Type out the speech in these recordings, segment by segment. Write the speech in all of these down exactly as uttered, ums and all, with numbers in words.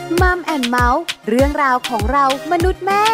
มัมแอนด์เมาส์เรื่องราวของเรามนุษย์แม่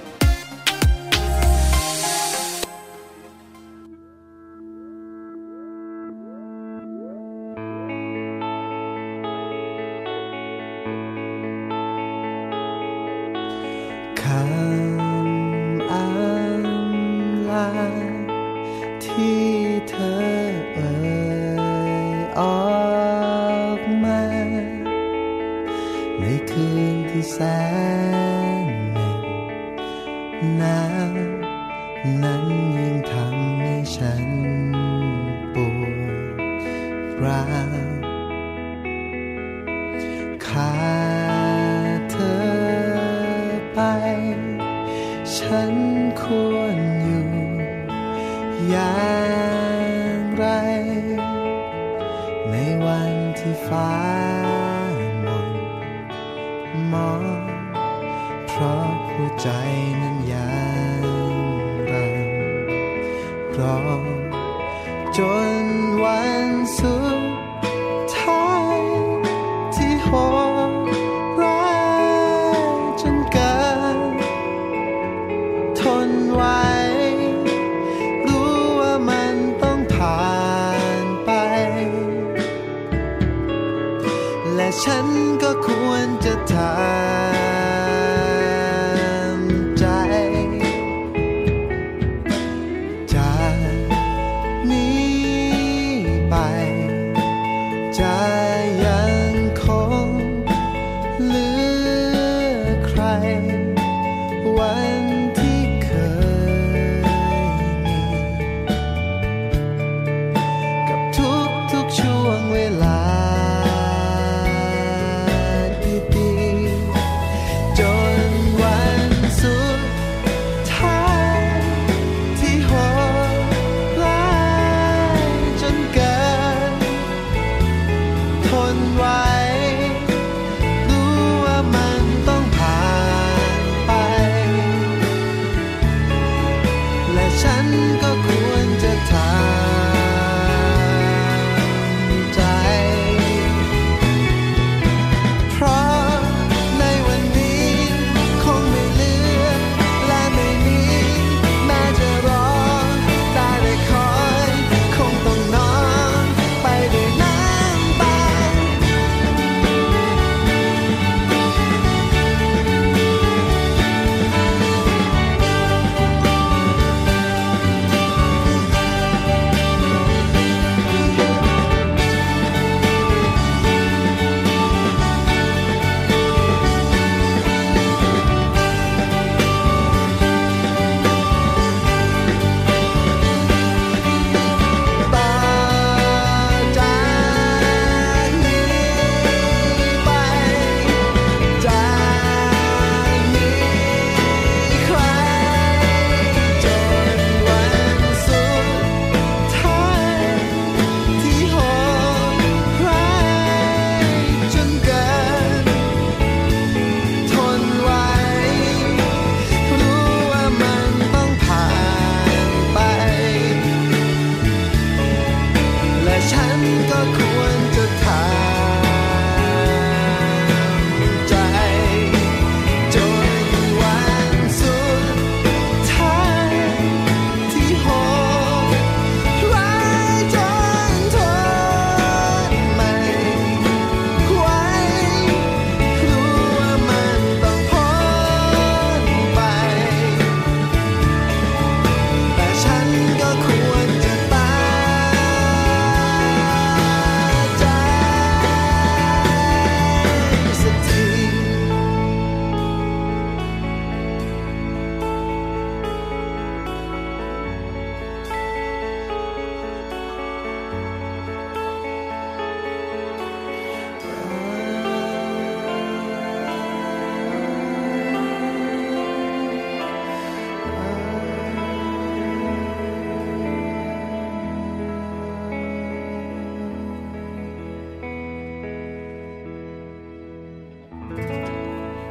คำอ้างลาที่เธอเอ่ยออกมาในคืนที่แสนหนาวนั้นยิ่งทำให้ฉันปวดร้าวขาดเธอไปฉันควรอยู่อย่างไรในวันที่ฟ้ามนมองเพราะหัวใจนั้นยังรำร้องจนวันสุดท้ายที่โหดร้ายจนเกินทนไว้รู้ว่ามันต้องผ่านไปและฉันก็ควรจะทำใจจากนี้ไปจะยังคงเหลือใครวันที่เคยมีกับทุกทุกช่วงเวลาดี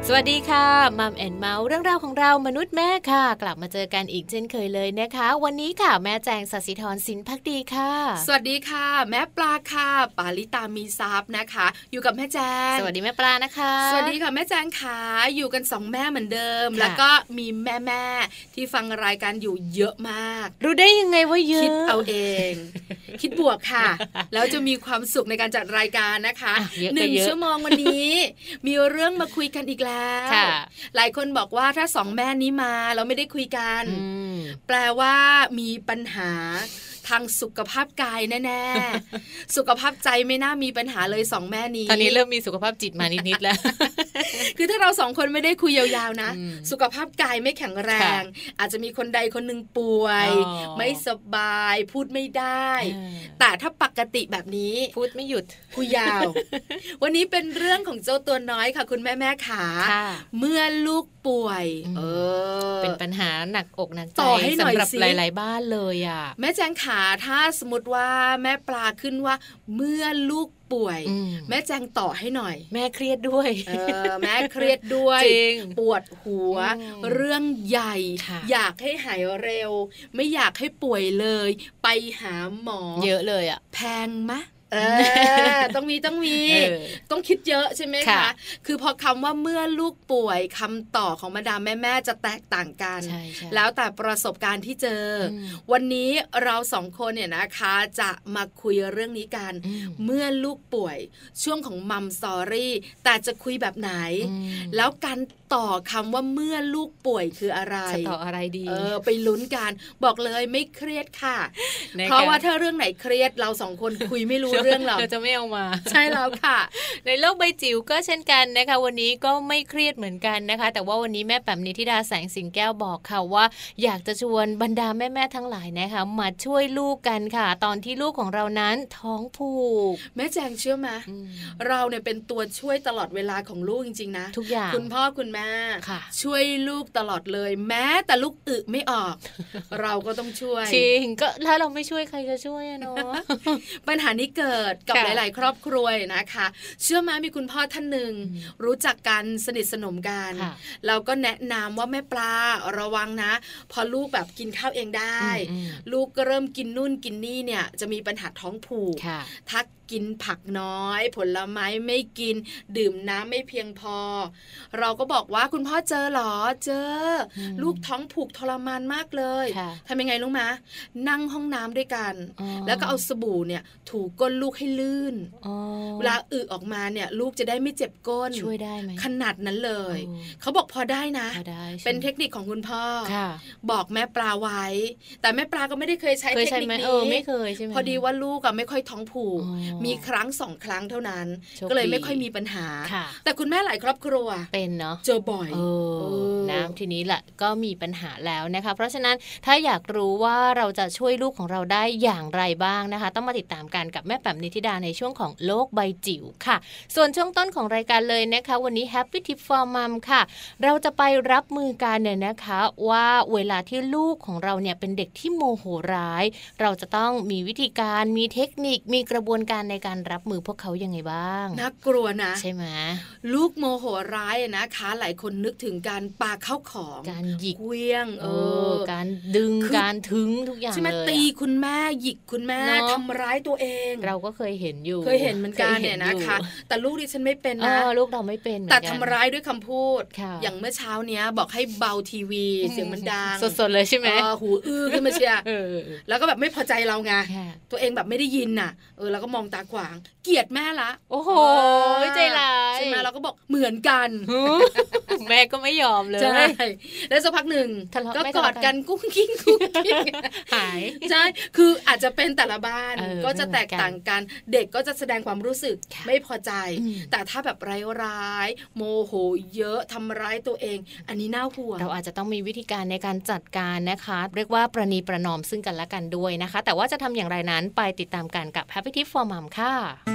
สวัสดีค่ะมัมแอนเมาส์เรื่องราวของเรามนุษย์แม่ค่ะกลับมาเจอกันอีกเช่นเคยเลยนะคะวันนี้ค่ะแม่แจงศศิธรสินภักดีค่ะสวัสดีค่ะแม่ปลาค่ะปาลิตามีซับนะคะอยู่กับแม่แจงสวัสดีแม่ปลานะคะสวัสดีค่ะแม่แจงค่ะอยู่กันสองแม่เหมือนเดิมแล้วก็มีแม่แม่ที่ฟังรายการอยู่เยอะมากรู้ได้ยังไงว่าเยอะคิดเอาเอง คิดบวกค่ะแล้วจะมีความสุขในการจัดรายการนะคะหนึ่งชั่วโมงวันนี้มีเรื่องมาคุยกันอีกแล้วหลายคนบอกว่าถ้าสองแม่นี้มาเราไม่ได้คุยกันแปลว่ามีปัญหาทางสุขภาพกายแน่ๆสุขภาพใจไม่น่ามีปัญหาเลยสองแม่นี้ตอนนี้เริ่มมีสุขภาพจิตมานิดๆแล้วคือถ้าเราสองคนไม่ได้คุยยาวๆนะสุขภาพกายไม่แข็งแรงอาจจะมีคนใดคนหนึ่งป่วยไม่สบายพูดไม่ได้แต่ถ้าปกติแบบนี้พูดไม่หยุดคุยยาว วันนี้เป็นเรื่องของเจ้าตัวน้อยค่ะคุณแม่แม่ขาเมื่อลูกป่วยเออเป็นปัญหาหนักอกหนักใจสำหรับหลายๆบ้านเลยอ่ะแม่แจงขาถ้าสมมติว่าแม่ปลาขึ้นว่าเมื่อลูกป่วยแม่แจงต่อให้หน่อยแม่เครียดด้วยเออแม่เครียดด้วยปวดหัวเรื่องใหญ่อยากให้หายเร็วไม่อยากให้ป่วยเลยไปหาหมอเยอะเลยอ่ะแพงมะเออต้องมีต้องมีต้องคิดเยอะใช่ไหมคะคือพอคำว่าเมื่อลูกป่วยคำต่อของบรรดาแม่ๆจะแตกต่างกันแล้วแต่ประสบการณ์ที่เจอวันนี้เราสองคนเนี่ยนะคะจะมาคุยเรื่องนี้กันเมื่อลูกป่วยช่วงของมัมสตอรี่แต่จะคุยแบบไหนแล้วการต่อคำว่าเมื่อลูกป่วยคืออะไรจะต่ออะไรดีเออไปลุ้นกันบอกเลยไม่เครียดค่ะเพราะว่าถ้าเรื่องไหนเครียดเราสองคนคุยไม่รู้เรื่องเราจะไม่เอามาใช่แล้วค่ะในโลกใบจิ๋วก็เช่นกันนะคะวันนี้ก็ไม่เครียดเหมือนกันนะคะแต่ว่าวันนี้แม่แป๋มนิธิดาแสงสิงแก้วบอกค่ะว่าอยากจะชวนบรรดาแม่ๆทั้งหลายนะคะมาช่วยลูกกันค่ะตอนที่ลูกของเรานั้นท้องผูกแม่แจงเชื่อไหมเราเนี่ยเป็นตัวช่วยตลอดเวลาของลูกจริงๆนะทุกอย่างคุณพ่อคุณแม่ช่วยลูกตลอดเลยแม้แต่ลูกอึไม่ออกเราก็ต้องช่วยจริงก็ถ้าเราไม่ช่วยใครจะช่วยเนาะปัญหานี้เกิดกับหลายๆครอบครัวนะคะเชื่อไหมมีคุณพ่อท่านหนึ่งรู้จักกันสนิทสนมกันเราก็แนะนำว่าแม่ปลาระวังนะพอลูกแบบกินข้าวเองได้ลูกก็เริ่มกินนู่นกินนี่เนี่ยจะมีปัญหาท้องผูกถ้ากินผักน้อยผลไม้ไม่กินดื่มน้ำไม่เพียงพอเราก็บอกว่าคุณพ่อเจอหรอเจอลูกท้องผูกทรมานมากเลยทำยังไงรู้ไหมนั่งห้องน้ำด้วยกันแล้วก็เอาสบู่เนี่ยถูก้นลูกให้ลื่นเวลาอึออกมาเนี่ยลูกจะได้ไม่เจ็บก้นช่วยได้ไหมขนาดนั้นเลยเขาบอกพอได้นะเป็นเทคนิคของคุณพ่อบอกแม่ปลาไว้แต่แม่ปลาก็ไม่ได้เคยใช้เทคนิคนี้ไม่เคยใช่ไหมพอดีว่าลูกก็ไม่ค่อยท้องผูกมีครั้งสองครั้งเท่านั้นก็เลยไม่ค่อยมีปัญหาแต่คุณแม่หลายครอบครัวเป็นเนาะเจอบ่อยน้ำทีนี้แหละก็มีปัญหาแล้วนะคะเพราะฉะนั้นถ้าอยากรู้ว่าเราจะช่วยลูกของเราได้อย่างไรบ้างนะคะต้องมาติดตามกันกับแม่แป๋มนิธิดาในช่วงของโลกใบจิ๋วค่ะส่วนช่วงต้นของรายการเลยนะคะวันนี้ Happy Tip for Mom ค่ะเราจะไปรับมือกันเนี่ยนะคะว่าเวลาที่ลูกของเราเนี่ยเป็นเด็กที่โมโหร้ายเราจะต้องมีวิธีการมีเทคนิคมีกระบวนการในการรับมือพวกเขายังไงบ้างน่ากลัวนะใช่ไหมลูกโมโหร้ายนะคะหลายคนนึกถึงการปาเข้าของการหยิกเวี้ยงเออการดึงการถึงทุกอย่างเลยใช่ไหมตีคุณแม่หยิกคุณแม่ทำร้ายตัวเองเราก็เคยเห็นอยู่เคยเห็นเหมือนกันเนี่ยนะคะแต่ลูกดิฉันไม่เป็นนะลูกเราไม่เป็นแต่ทำร้ายด้วยคำพูดอย่างเมื่อเช้าเนี้ยบอกให้เบาทีวีเสียงมันดังสดๆเลยใช่ไหมหูอื้อขึ้นมาเชียร์แล้วก็แบบไม่พอใจเราไงตัวเองแบบไม่ได้ยินน่ะเออแล้วก็มองตาขวางเกลียดแม่ละโอ้โหใจร้ายใช่ไหมเราก็บอกเหมือนกันแม่ก็ไม่ยอมเลยใช่แล้วสักพักหนึ่งก็กอดกันกุ้งกิ้งกุ้งกิ้งหายใช่คืออาจจะเป็นแต่ละบ้านก็จะแตกต่างกันเด็กก็จะแสดงความรู้สึกไม่พอใจแต่ถ้าแบบร้ายๆโมโหเยอะทำร้ายตัวเองอันนี้น่าห่วงเราอาจจะต้องมีวิธีการในการจัดการนะคะเรียกว่าประนีประนอมซึ่งกันและกันด้วยนะคะแต่ว่าจะทำอย่างไรนั้นไปติดตามกันกับ Happy Tip for Mom ค่ะ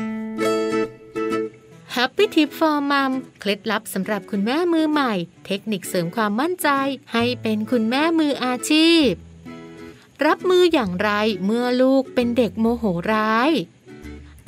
Happy Tip for Mom เคล็ดลับสำหรับคุณแม่มือใหม่เทคนิคเสริมความมั่นใจให้เป็นคุณแม่มืออาชีพรับมืออย่างไรเมื่อลูกเป็นเด็กโมโหร้าย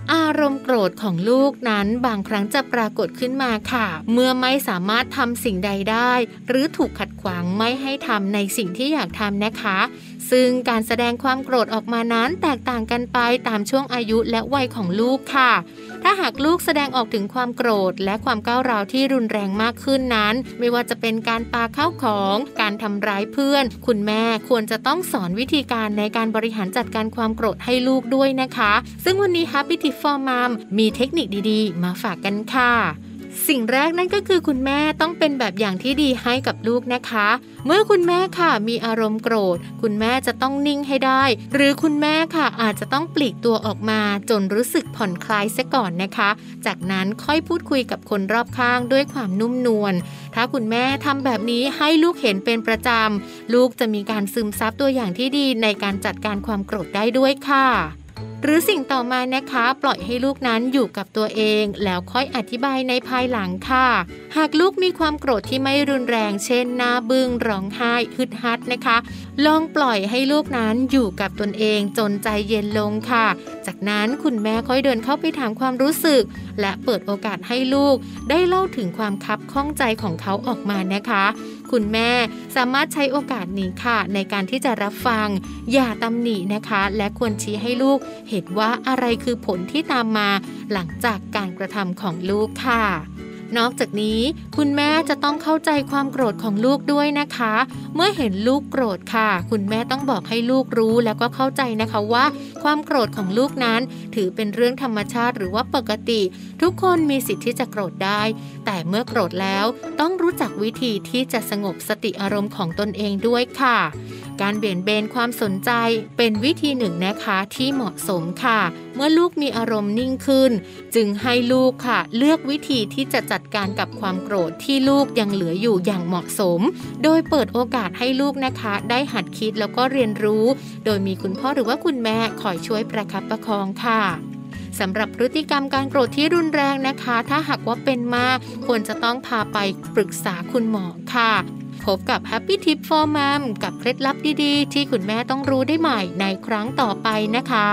อารมณ์โกรธของลูกนั้นบางครั้งจะปรากฏขึ้นมาค่ะเมื่อไม่สามารถทำสิ่งใดได้หรือถูกขัดขวางไม่ให้ทำในสิ่งที่อยากทำนะคะซึ่งการแสดงความโกรธออกมานั้นแตกต่างกันไปตามช่วงอายุและวัยของลูกค่ะถ้าหากลูกแสดงออกถึงความโกรธและความก้าวร้าวที่รุนแรงมากขึ้นนั้นไม่ว่าจะเป็นการปาข้าวของการทำร้ายเพื่อนคุณแม่ควรจะต้องสอนวิธีการในการบริหารจัดการความโกรธให้ลูกด้วยนะคะซึ่งวันนี้ Happy Tip for Mom มีเทคนิคดีๆมาฝากกันค่ะสิ่งแรกนั่นก็คือคุณแม่ต้องเป็นแบบอย่างที่ดีให้กับลูกนะคะเมื่อคุณแม่ค่ะมีอารมณ์โกรธคุณแม่จะต้องนิ่งให้ได้หรือคุณแม่ค่ะอาจจะต้องปลีกตัวออกมาจนรู้สึกผ่อนคลายซะก่อนนะคะจากนั้นค่อยพูดคุยกับคนรอบข้างด้วยความนุ่มนวลถ้าคุณแม่ทำแบบนี้ให้ลูกเห็นเป็นประจำลูกจะมีการซึมซับตัวอย่างที่ดีในการจัดการความโกรธได้ด้วยค่ะหรือสิ่งต่อมานะคะปล่อยให้ลูกนั้นอยู่กับตัวเองแล้วค่อยอธิบายในภายหลังค่ะหากลูกมีความโกรธที่ไม่รุนแรงเช่นหน้าบึ้งร้องไห้ฮึดฮัดนะคะลองปล่อยให้ลูกนั้นอยู่กับตนเองจนใจเย็นลงค่ะจากนั้นคุณแม่ค่อยเดินเข้าไปถามความรู้สึกและเปิดโอกาสให้ลูกได้เล่าถึงความคับข้องใจของเขาออกมานะคะคุณแม่สามารถใช้โอกาสนี้ค่ะในการที่จะรับฟังอย่าตำหนินะคะและควรชี้ให้ลูกเห็นว่าอะไรคือผลที่ตามมาหลังจากการกระทำของลูกค่ะนอกจากนี้คุณแม่จะต้องเข้าใจความโกรธของลูกด้วยนะคะเมื่อเห็นลูกโกรธค่ะคุณแม่ต้องบอกให้ลูกรู้แล้วก็เข้าใจนะคะว่าความโกรธของลูกนั้นถือเป็นเรื่องธรรมชาติหรือว่าปกติทุกคนมีสิทธิ์ที่จะโกรธได้แต่เมื่อโกรธแล้วต้องรู้จักวิธีที่จะสงบสติอารมณ์ของตนเองด้วยค่ะการเบี่ยงเบนความสนใจเป็นวิธีหนึ่งนะคะที่เหมาะสมค่ะเมื่อลูกมีอารมณ์นิ่งขึ้นจึงให้ลูกค่ะเลือกวิธีที่จะจัดการกับความโกรธที่ลูกยังเหลืออยู่อย่างเหมาะสมโดยเปิดโอกาสให้ลูกนะคะได้หัดคิดแล้วก็เรียนรู้โดยมีคุณพ่อหรือว่าคุณแม่คอยช่วยประคับประคองค่ะสำหรับพฤติกรรมการโกรธที่รุนแรงนะคะถ้าหากว่าเป็นมากควรจะต้องพาไปปรึกษาคุณหมอค่ะพบกับ Happy Tip for Mom กับเคล็ดลับดีๆที่คุณแม่ต้องรู้ได้ใหม่ในครั้งต่อไปนะคะ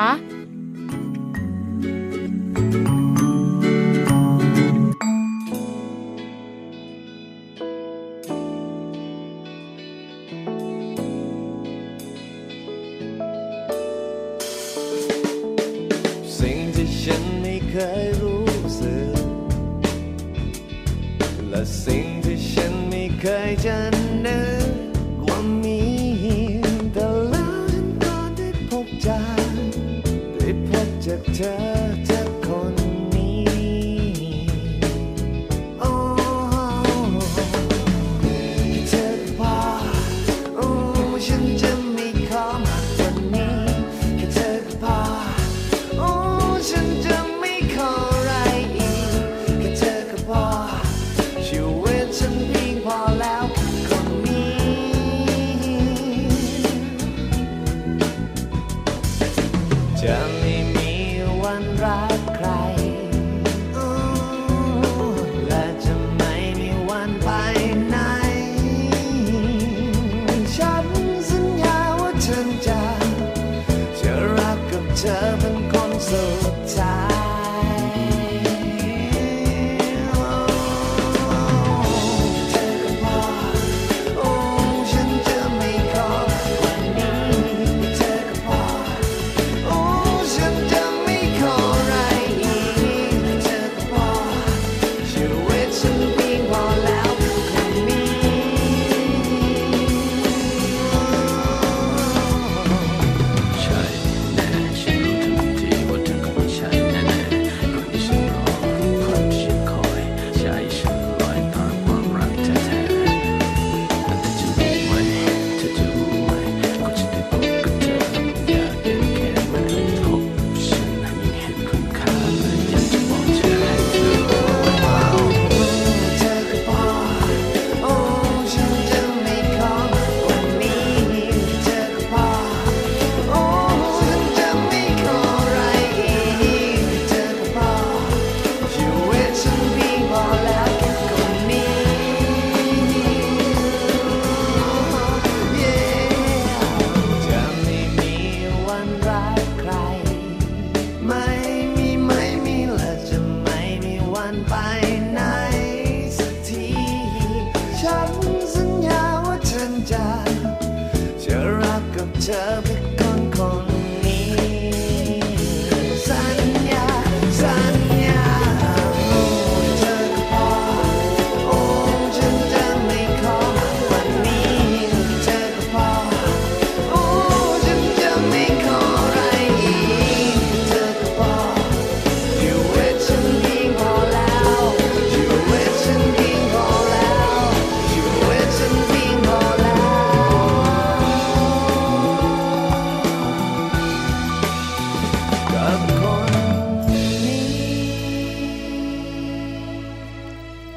สิ่งที่ฉันไม่เคยรู้สึกและสิ่งที่ฉันไม่เคยจะนึกว่ามีแต่แล้วฉันก็ได้พบเจอได้พบจากเธอจากคนนี้โอ้เธอพาโอ้ฉันจะไม่ขอมากกว่านี้แค่เธอพาโอ้ฉันจะไม่ขออะไรอีกแค่เธอก็พอชีวิตฉันเพียงพอแล้วคนนี้จะไม่มีวัน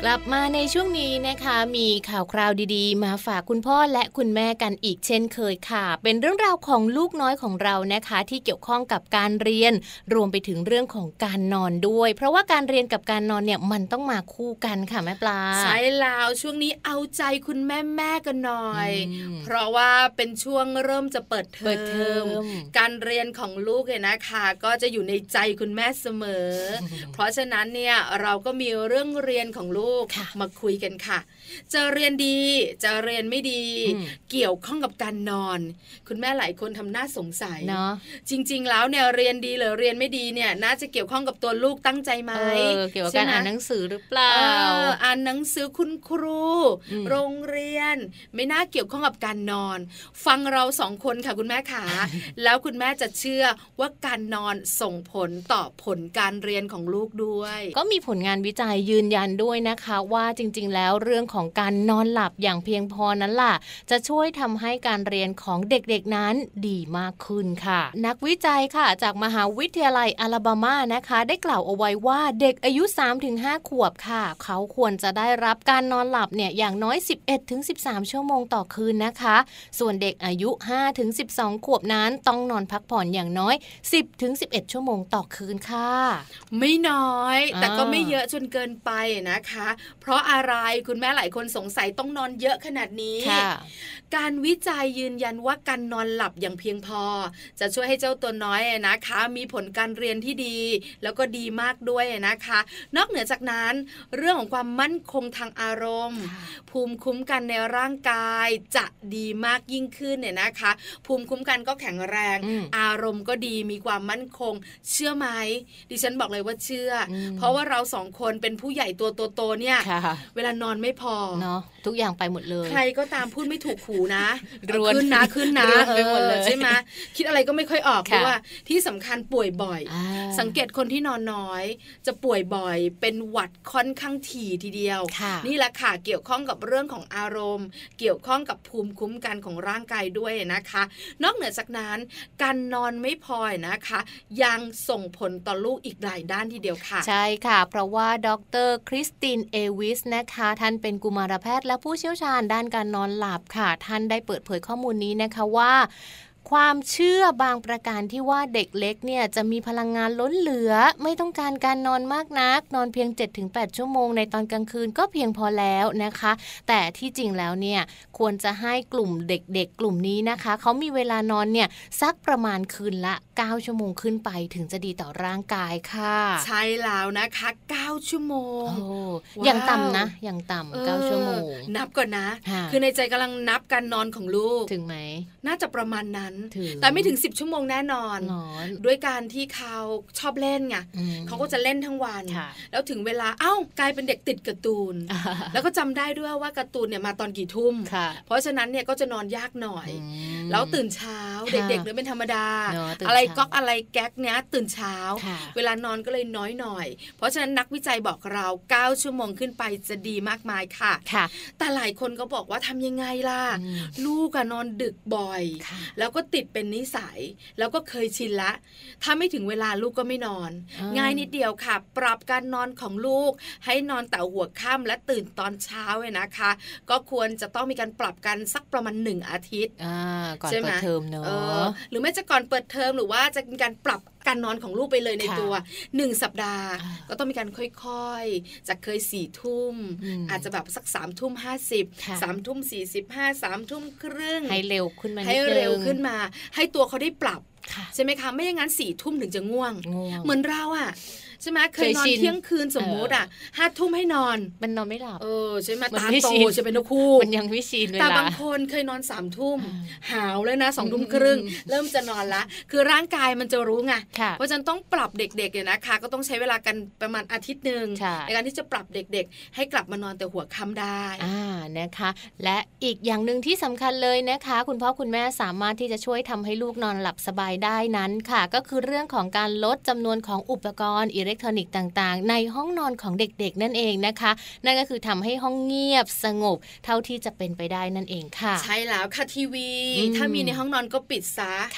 กลับมาในช่วงนี้นะคะมีข่าวคราวดีๆมาฝากคุณพ่อและคุณแม่กันอีกเช่นเคยค่ะเป็นเรื่องราวของลูกน้อยของเรานะคะที่เกี่ยวข้องกับการเรียนรวมไปถึงเรื่องของการนอนด้วยเพราะว่าการเรียนกับการนอนเนี่ยมันต้องมาคู่กันค่ะแม่ปลาใช่แล้วช่วงนี้เอาใจคุณแม่แม่กันหน่อยเพราะว่าเป็นช่วงเริ่มจะเปิดเทอเทอมการเรียนของลูกเนี่ยนะคะก็จะอยู่ในใจคุณแม่เสมอ เพราะฉะนั้นเนี่ยเราก็มีเรื่องเรียนของลูกมาคุยกันค่ะจะเรียนดีจะเรียนไม่ดีเกี่ยวข้องกับการนอนคุณแม่หลายคนทำหน้าสงสัยเนาะจริงๆแล้วเนี่ยเรียนดีหรือเรียนไม่ดีเนี่ยน่าจะเกี่ยวข้องกับตัวลูกตั้งใจไหมเกี่ยวกับการอ่านหนังสือหรือเปล่าอ่านหนังสือคุณครูโรงเรียนไม่น่าเกี่ยวข้องกับการนอนฟังเราสองคนค่ะคุณแม่ขา แล้วคุณแม่จะเชื่อว่าการนอนส่งผลต่อผลการเรียนของลูกด้วยก็มีผลงานวิจัยยืนยันด้วยนะคะว่าจริงๆแล้วเรื่องของการนอนหลับอย่างเพียงพอนั้นล่ะจะช่วยทำให้การเรียนของเด็กๆนั้นดีมากขึ้นค่ะนักวิจัยค่ะจากมหาวิทยาลัยอลาบามานะคะได้กล่าวเอาไว้ว่าเด็กอายุ สามถึงห้า ขวบค่ะเขาควรจะได้รับการนอนหลับเนี่ยอย่างน้อย สิบเอ็ดถึงสิบสาม ชั่วโมงต่อคืนนะคะส่วนเด็กอายุ ห้าถึงสิบสอง ขวบนั้นต้องนอนพักผ่อนอย่างน้อย สิบถึงสิบเอ็ด ชั่วโมงต่อคืนค่ะไม่น้อยแต่ก็ไม่เยอะจนเกินไปนะคะเพราะอะไรคุณแม่หลายคนสงสัยต้องนอนเยอะขนาดนี้การวิจัยยืนยันว่าการนอนหลับอย่างเพียงพอจะช่วยให้เจ้าตัวน้อยนะคะมีผลการเรียนที่ดีแล้วก็ดีมากด้วยนะคะนอกเหนือจากนั้นเรื่องของความมั่นคงทางอารมณ์ภูมิคุ้มกันในร่างกายจะดีมากยิ่งขึ้นเนี่ยนะคะภูมิคุ้มกันก็แข็งแรงอารมณ์ก็ดีมีความมั่นคงเชื่อไหมดิฉันบอกเลยว่าเชื่อเพราะว่าเราสองคนเป็นผู้ใหญ่ตัวโตๆเนี่ยเวลานอนไม่พอเนาะทุกอย่างไปหมดเลยใครก็ตามพูดไม่ถูกหูนะขึ้นนะขึ้นนะไปหมดเลยใช่ไหมคิดอะไรก็ไม่ค่อยออกเพราะว่าที่สำคัญป่วยบ่อยสังเกตคนที่นอนน้อยจะป่วยบ่อยเป็นหวัดค่อนข้างถี่ทีเดียวนี่แหละค่ะเกี่ยวข้องกับเรื่องของอารมณ์เกี่ยวข้องกับภูมิคุ้มกันของร่างกายด้วยนะคะนอกเหนือจากนั้นการนอนไม่พอนะคะยังส่งผลต่อลูกอีกหลายด้านทีเดียวค่ะใช่ค่ะเพราะว่าดร.คริสตินเอวิสนะคะท่านเป็นกุมารแพทย์และผู้เชี่ยวชาญด้านการนอนหลับค่ะท่านได้เปิดเผยข้อมูลนี้นะคะว่าความเชื่อบางประการที่ว่าเด็กเล็กเนี่ยจะมีพลังงานล้นเหลือไม่ต้องการการนอนมากนักนอนเพียง เจ็ดถึงแปด ชั่วโมงในตอนกลางคืนก็เพียงพอแล้วนะคะแต่ที่จริงแล้วเนี่ยควรจะให้กลุ่มเด็กๆกลุ่มนี้นะคะเขามีเวลานอนเนี่ยสักประมาณคืนละเก้าชั่วโมงขึ้นไปถึงจะดีต่อร่างกายค่ะใช่แล้วนะคะเก้าชั่วโมงอย่างต่ำนะอย่างต่ำเก้าชั่วโมงนับก่อนนะคือในใจกำลังนับการนอนของลูกถึงไหมน่าจะประมาณนั้นแต่ไม่ถึงสิบชั่วโมงแน่นอนด้วยการที่เขาชอบเล่นไงเขาก็จะเล่นทั้งวันแล้วถึงเวลาเอ้ากลายเป็นเด็กติดการ์ตูนแล้วก็จำได้ด้วยว่าการ์ตูนเนี่ยมาตอนกี่ทุ่มเพราะฉะนั้นเนี่ยก็จะนอนยากหน่อยแล้วตื่นเช้าเด็กๆเนี่ยเป็นธรรมดาอะไรก๊อกอะไรแก๊กเนี้ยตื่นเช้าเวลานอนก็เลยน้อยหน่อยเพราะฉะนั้นนักวิจัยบอกเราเก้าชั่วโมงขึ้นไปจะดีมากมายค่ะแต่หลายคนก็บอกว่าทำยังไงล่ะลูกอะนอนดึกบ่อยแล้วก็ติดเป็นนิสัยแล้วก็เคยชินละถ้าไม่ถึงเวลาลูกก็ไม่นอนง่ายนิดเดียวค่ะปรับการนอนของลูกให้นอนแต่หัวค่ำและตื่นตอนเช้าเลยนะคะก็ควรจะต้องมีการปรับกันสักประมาณหนึ่งอาทิตย์ก่อนเปิดเทอมเนอะหรือไม่จะก่อนเปิดเทอมหรือว่าจะมีการปรับการนอนของลูกไปเลยในตัวหนึ่งสัปดาห์ก็ต้องมีการค่อยๆจากเคยสี่ทุ่มอาจจะแบบสักสามทุ่มห้าสิบสามทุ่มสี่สิบห้าสามทุ่มครึ่งให้เร็วขึ้นมาให้เร็วขึ้นมาให้ตัวเขาได้ปรับใช่ไหมคะไม่อย่างนั้นสี่ทุ่มถึงจะง่วงเหมือนเราอ่ะใช่ไหมเคยนอนเที่ยงคืนสมมติอ่ะห้าทุ่มให้นอนมันนอนไม่หลับเออใช่ไหมตาโตจะเป็นนกคู่มันยังไม่ชินเวลาแต่บางคนเคยนอนสามทุ่มหาวเลยนะสองทุ่มครึ่งเริ่มจะนอนละคือร่างกายมันจะรู้ไงเพราะฉะนั้นต้องปรับเด็กๆเนี่ยนะคะก็ต้องใช้เวลากันประมาณอาทิตย์นึงในการที่จะปรับเด็กๆให้กลับมานอนแต่หัวค่ำได้อ่านะคะและอีกอย่างนึงที่สำคัญเลยนะคะคุณพ่อคุณแม่สามารถที่จะช่วยทำให้ลูกนอนหลับสบายได้นั้นค่ะก็คือเรื่องของการลดจำนวนของอุปกรณ์อิเล็กทรอนิกส์ต่างๆในห้องนอนของเด็กๆนั่นเองนะคะนั่นก็คือทำให้ห้องเงียบสงบเท่าที่จะเป็นไปได้นั่นเองค่ะใช่แล้วค่ะทีวีถ้ามีในห้องนอนก็ปิดซะ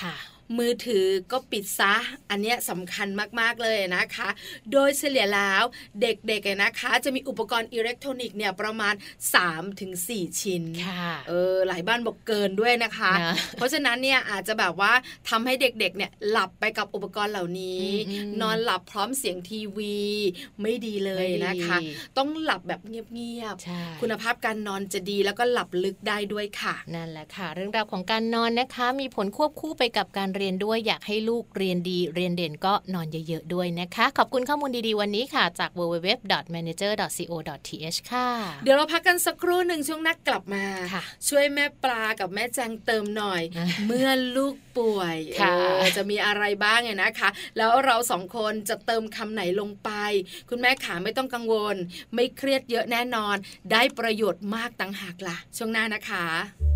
มือถือก็ปิดซะอันเนี้ยสำคัญมากๆเลยนะคะโดยเฉลี่ยแล้วเด็กๆนะคะจะมีอุปกรณ์อิเล็กทรอนิกส์เนี่ยประมาณ สามถึงสี่ ชิ้นเออหลายบ้านบอกเกินด้วยนะคะเพราะฉะนั้นเนี่ยอาจจะแบบว่าทำให้เด็กๆเนี่ยหลับไปกับอุปกรณ์เหล่านี้นอนหลับพร้อมเสียงทีวีไม่ดีเลยนะคะต้องหลับแบบเงียบๆคุณภาพการนอนจะดีแล้วก็หลับลึกได้ด้วยค่ะนั่นแหละค่ะเรื่องราวของการนอนนะคะมีผลควบคู่ไปกับการเรียนด้วยอยากให้ลูกเรียนดีเรียนเด่นก็นอนเยอะๆด้วยนะคะขอบคุณข้อมูลดีๆวันนี้ค่ะจาก ดับเบิลยู ดับเบิลยู ดับเบิลยู ดอท แมเนเจอร์ ดอท ซี โอ ดอท ที เอช ค่ะเดี๋ยวเราพักกันสักครู่หนึ่งช่วงนักกลับมาช่วยแม่ปลากับแม่แจงเติมหน่อย เมื่อลูกป่วยจะมีอะไรบ้างเนี่ยนะคะแล้วเราสองคนจะเติมคำไหนลงไปคุณแม่ขาไม่ต้องกังวลไม่เครียดเยอะแน่นอนได้ประโยชน์มากต่างหากล่ะช่วงหน้านะคะ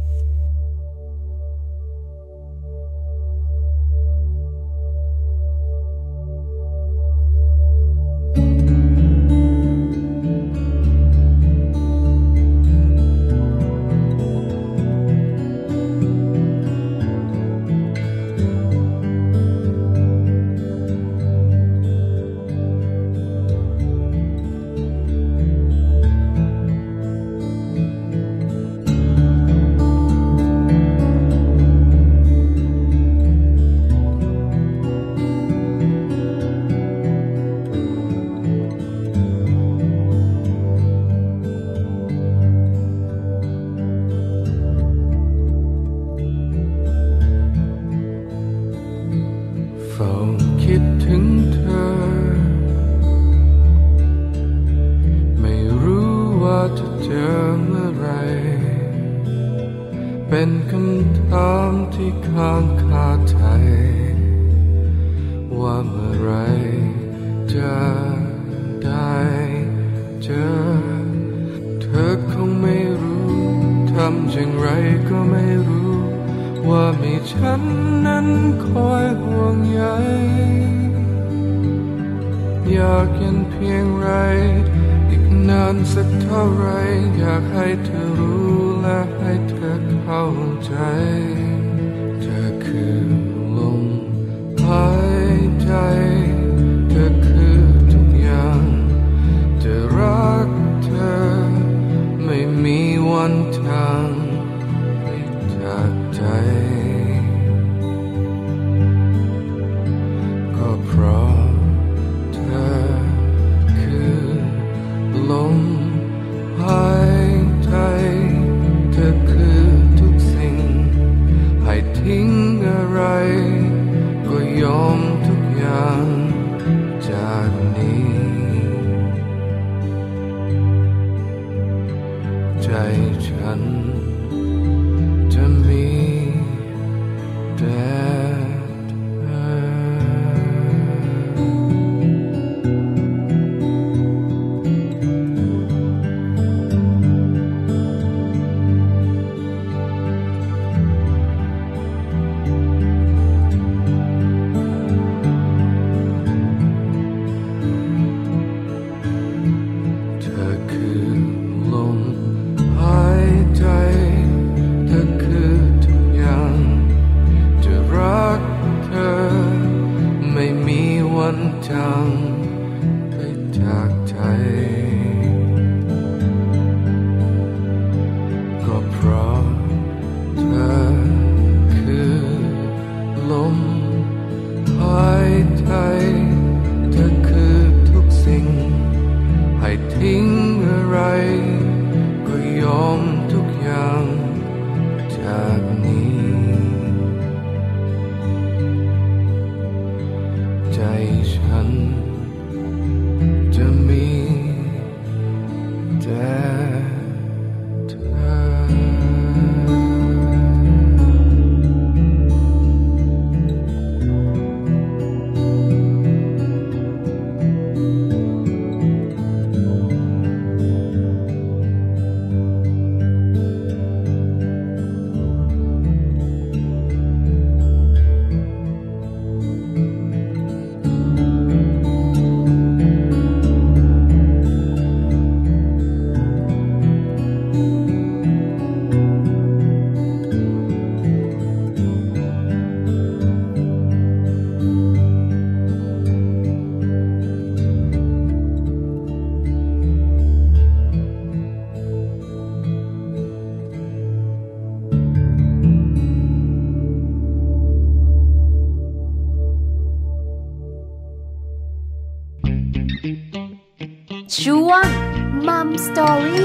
เป็นคำถามที่ค้างคาใจว่าเมื่อไรจะได้เจอเธอคงไม่รู้ทำอย่างไรก็ไม่รู้ว่ามีฉันนั้นคอยห่วงใยอยากเห็นเพียงไรอีกนานสักเท่าไรอยากให้เธอรู้และให้เธอเข้าใจเธอคือลมหายใจเธอคือทุกอย่างจะรักเธอไม่มีวันทางให้จากใจก็เพราะเธอคือลมหายใจเธอคือทุกสิ่งให้ทิ้งอะไรก็ยอมทุกอย่างจากนี้ใจฉันจะมีแต่ช่วงมัมสตอรี่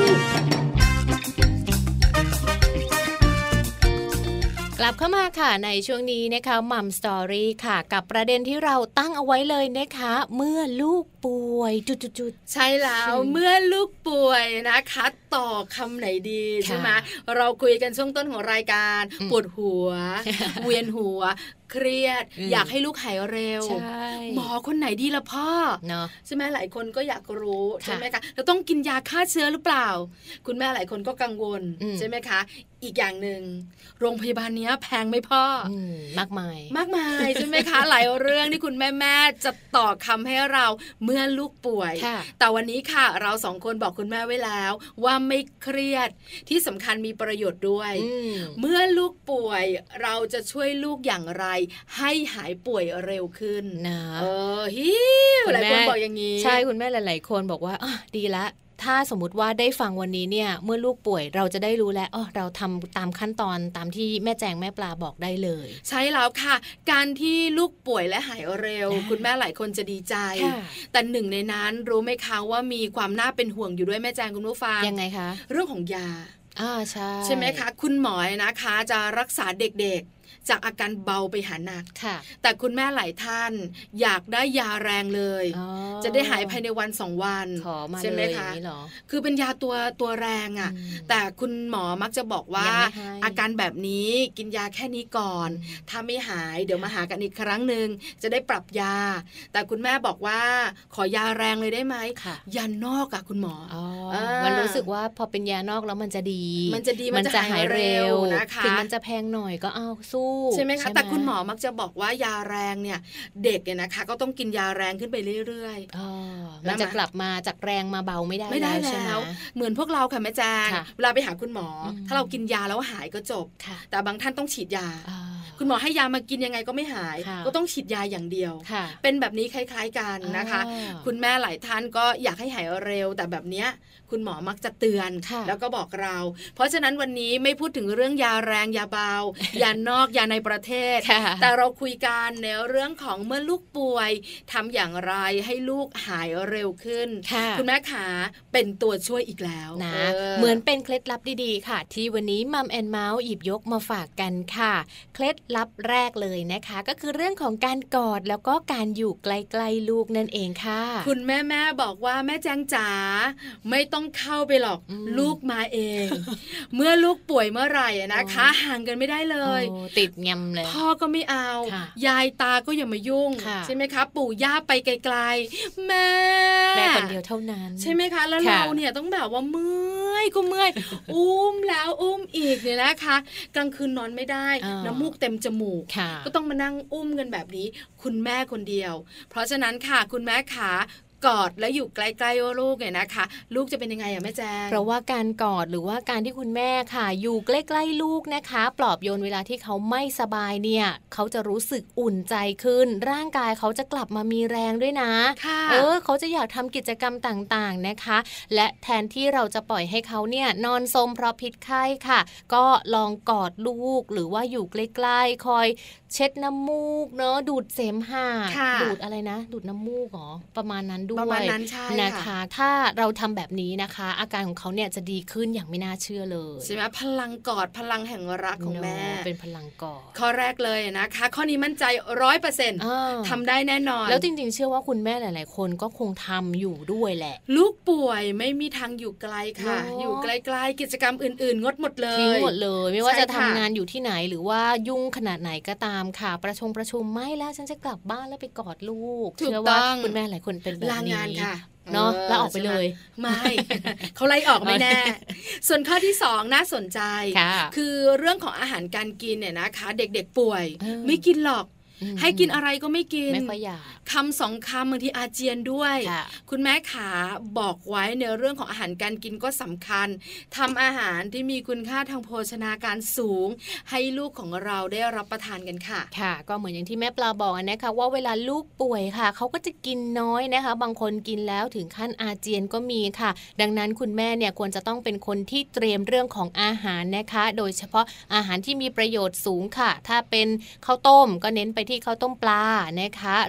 กลับเข้ามาค่ะในช่วงนี้นะคะมัมสตอรี่ค่ะกับประเด็นที่เราตั้งเอาไว้เลยนะคะเมื่อลูกป่วยจุดๆๆใช่แล้วเมื่อลูกป่วยนะคะต่อคำไหนดีใช่ไหมเราคุยกันช่วงต้นของรายการปวดหัว เวียนหัวเครียดอยากให้ลูกหายเร็วหมอคนไหนดีล่ะพ่อเนาะใช่ไหมหลายคนก็อยากรู้ใช่ไหมคะเราต้องกินยาฆ่าเชื้อหรือเปล่าคุณแม่หลายคนก็กังวลใช่ไหมคะอีกอย่างหนึ่งโรงพยาบาลนี้แพงไหมพ่อมากมายมากมายใช่ไหมคะหลายเรื่องที่คุณแม่แม่จะต่อคำให้เราเมื่อลูกป่วยแต่วันนี้ค่ะเราสองคนบอกคุณแม่ไว้แล้วว่าไม่เครียดที่สำคัญมีประโยชน์ด้วยเมื่อลูกป่วยเราจะช่วยลูกอย่างไรให้หายป่วยเร็วขึ้นนะเออฮิหลายคนบอกอย่างนี้ใช่คุณแม่หลายๆคนบอกว่าอ่ะดีละถ้าสมมติว่าได้ฟังวันนี้เนี่ยเมื่อลูกป่วยเราจะได้รู้แล้วอ๋อเราทำตามขั้นตอนตามที่แม่แจงแม่ปลาบอกได้เลยใช่แล้วค่ะการที่ลูกป่วยและหายเร็วคุณแม่หลายคนจะดีใจแต่หนึ่งในนั้นรู้ไหมคะว่ามีความน่าเป็นห่วงอยู่ด้วยแม่แจงคุณผู้ฟังยังไงคะเรื่องของยาอ่าใช่ใช่ไหมคะคุณหมอนะคะจะรักษาเด็กๆจากอาการเบาไปหาหนักแต่คุณแม่หลายท่านอยากได้ยาแรงเลยจะได้หายภายในวันสองวันใช่ไหมคะคือเป็นยาตัวตัวแรงอ่ะแต่คุณหมอมักจะบอกว่าอาการแบบนี้กินยาแค่นี้ก่อนถ้าไม่หายเดี๋ยวมาหากันอีกครั้งนึงจะได้ปรับยาแต่คุณแม่บอกว่าขอยาแรงเลยได้ไหมยานอกอะคุณหมอมันรู้สึกว่าพอเป็นยานอกแล้วมันจะดีมันจะดีมันจะหายเร็วนะคะถึงมันจะแพงหน่อยก็เอาสู้ใช่ไหมคะแต่คุณหมอมักจะบอกว่ายาแรงเนี่ยเด็กเนี่ยนะคะก็ต้องกินยาแรงขึ้นไปเรื่อยๆมันจะกลับมาจากแรงมาเบาไม่ได้ไม่ได้แล้วเหมือนพวกเราค่ะแม่แจงเวลาไปหาคุณหมอถ้าเรากินยาแล้วหายก็จบแต่บางท่านต้องฉีดยาคุณหมอให้ยามากินยังไงก็ไม่หายก็ต้องฉีดยาอย่างเดียวเป็นแบบนี้คล้ายๆกันนะคะคุณแม่หลายท่านก็อยากให้หายเร็วแต่แบบเนี้ยคุณหมอมักจะเตือนแล้วก็บอกเราเพราะฉะนั้นวันนี้ไม่พูดถึงเรื่องยาแรงยาเบายานอกยาในประเทศแต่เราคุยกันในเรื่องของเมื่อลูกป่วยทำอย่างไรให้ลูกหายเร็วขึ้นคุณแม่ขาเป็นตัวช่วยอีกแล้วนะ เ, เหมือนเป็นเคล็ดลับดีๆค่ะที่วันนี้มัมแอนเมาส์หยิบยกมาฝากกันค่ะเคล็ดลับแรกเลยนะคะก็คือเรื่องของการกอดแล้วก็การอยู่ใกล้ๆลูกนั่นเองค่ะคุณแม่แม่บอกว่าแม่แจงจ๋าไม่ต้องเข้าไปหรอกลูกมาเอง เมื่อลูกป่วยเมื่อไหร่นะคะห่างกันไม่ได้เลยติดแงมเลยพ่อก็ไม่เอายายตาก็อย่ามายุ่งใช่ไหมคะปู่ย่าไปไกลๆแม่แม่คนเดียวเท่านั้นใช่ไหมคะแล้วเราเนี่ยต้องแบบว่าเมื่อยก็เมื่อยอุ้มแล้วอุ้มอีกเนี่ยนะคะกลางคืนนอนไม่ได้น้ำมูกเต็มจมูกก็ต้องมานั่งอุ้มกันแบบนี้คุณแม่คนเดียวเพราะฉะนั้นค่ะคุณแม่ขากอดแล้วอยู่ใกล้ๆลูกเนี่ยนะคะลูกจะเป็นยังไงอะแม่แจงเพราะว่าการกอดหรือว่าการที่คุณแม่ค่ะอยู่ใกล้ๆลูกนะคะปลอบโยนเวลาที่เขาไม่สบายเนี่ยเขาจะรู้สึกอุ่นใจขึ้นร่างกายเขาจะกลับมามีแรงด้วยนะเออเขาจะอยากทำกิจกรรมต่างๆนะคะและแทนที่เราจะปล่อยให้เขาเนี่ยนอนซมเพราะพิษไข้ค่ะก็ลองกอดลูกหรือว่าอยู่ใกล้ๆคอยเช็ดน้ำมูกเนอะดูดเสมหะดูดอะไรนะดูดน้ำมูกหรอประมาณนั้นด้วยประมาณนั้นใช่นะคะถ้าเราทำแบบนี้นะคะอาการของเขาเนี่ยจะดีขึ้นอย่างไม่น่าเชื่อเลยใช่ไหมพลังกอดพลังแห่งรักของแม่ no, เป็นพลังกอดข้อแรกเลยนะคะข้อนี้มั่นใจร้อยเปอร์เซ็นต์ทำได้แน่นอนแล้วจริงๆเชื่อว่าคุณแม่หลายๆคนก็คงทำอยู่ด้วยแหละลูกป่วยไม่มีทางอยู่ไกลค่ะ no. อยู่ใกล้ๆกิจกรรมอื่นๆงดหมดเลยทิ้งหมดเลยไม่ว่าจะทำงานอยู่ที่ไหนหรือว่ายุ่งขนาดไหนก็ตามค่ะประชงประชุมไม่แล้วฉันจะกลับบ้านแล้วไปกอดลูกเชื่อว่าคุณแม่หลายคนเป็นแบบนี้ลางานค่ะเนาะแล้วออกไปเลยไม่เขาไล่ออกไม่แน่ส่วนข้อที่สองน่าสนใจคือเรื่องของอาหารการกินเนี่ยนะคะเด็กๆป่วยไม่กินหรอกให้กินอะไรก็ไม่กินไม่ค่อยอยากคำสองคำบางทีอาเจียนด้วยคุณแม่ขาบอกไว้ในเรื่องของอาหารการกินก็สำคัญทำอาหารที่มีคุณค่าทางโภชนาการสูงให้ลูกของเราได้รับประทานกันค่ะค่ะก็เหมือนอย่างที่แม่ปลาบอกนะคะว่าเวลาลูกป่วยค่ะเขาก็จะกินน้อยนะคะบางคนกินแล้วถึงขั้นอาเจียนก็มีค่ะดังนั้นคุณแม่เนี่ยควรจะต้องเป็นคนที่เตรียมเรื่องของอาหารนะคะโดยเฉพาะอาหารที่มีประโยชน์สูงค่ะถ้าเป็นข้าวต้มก็เน้นไปที่ข้าวต้มปลานะคะหรือว่า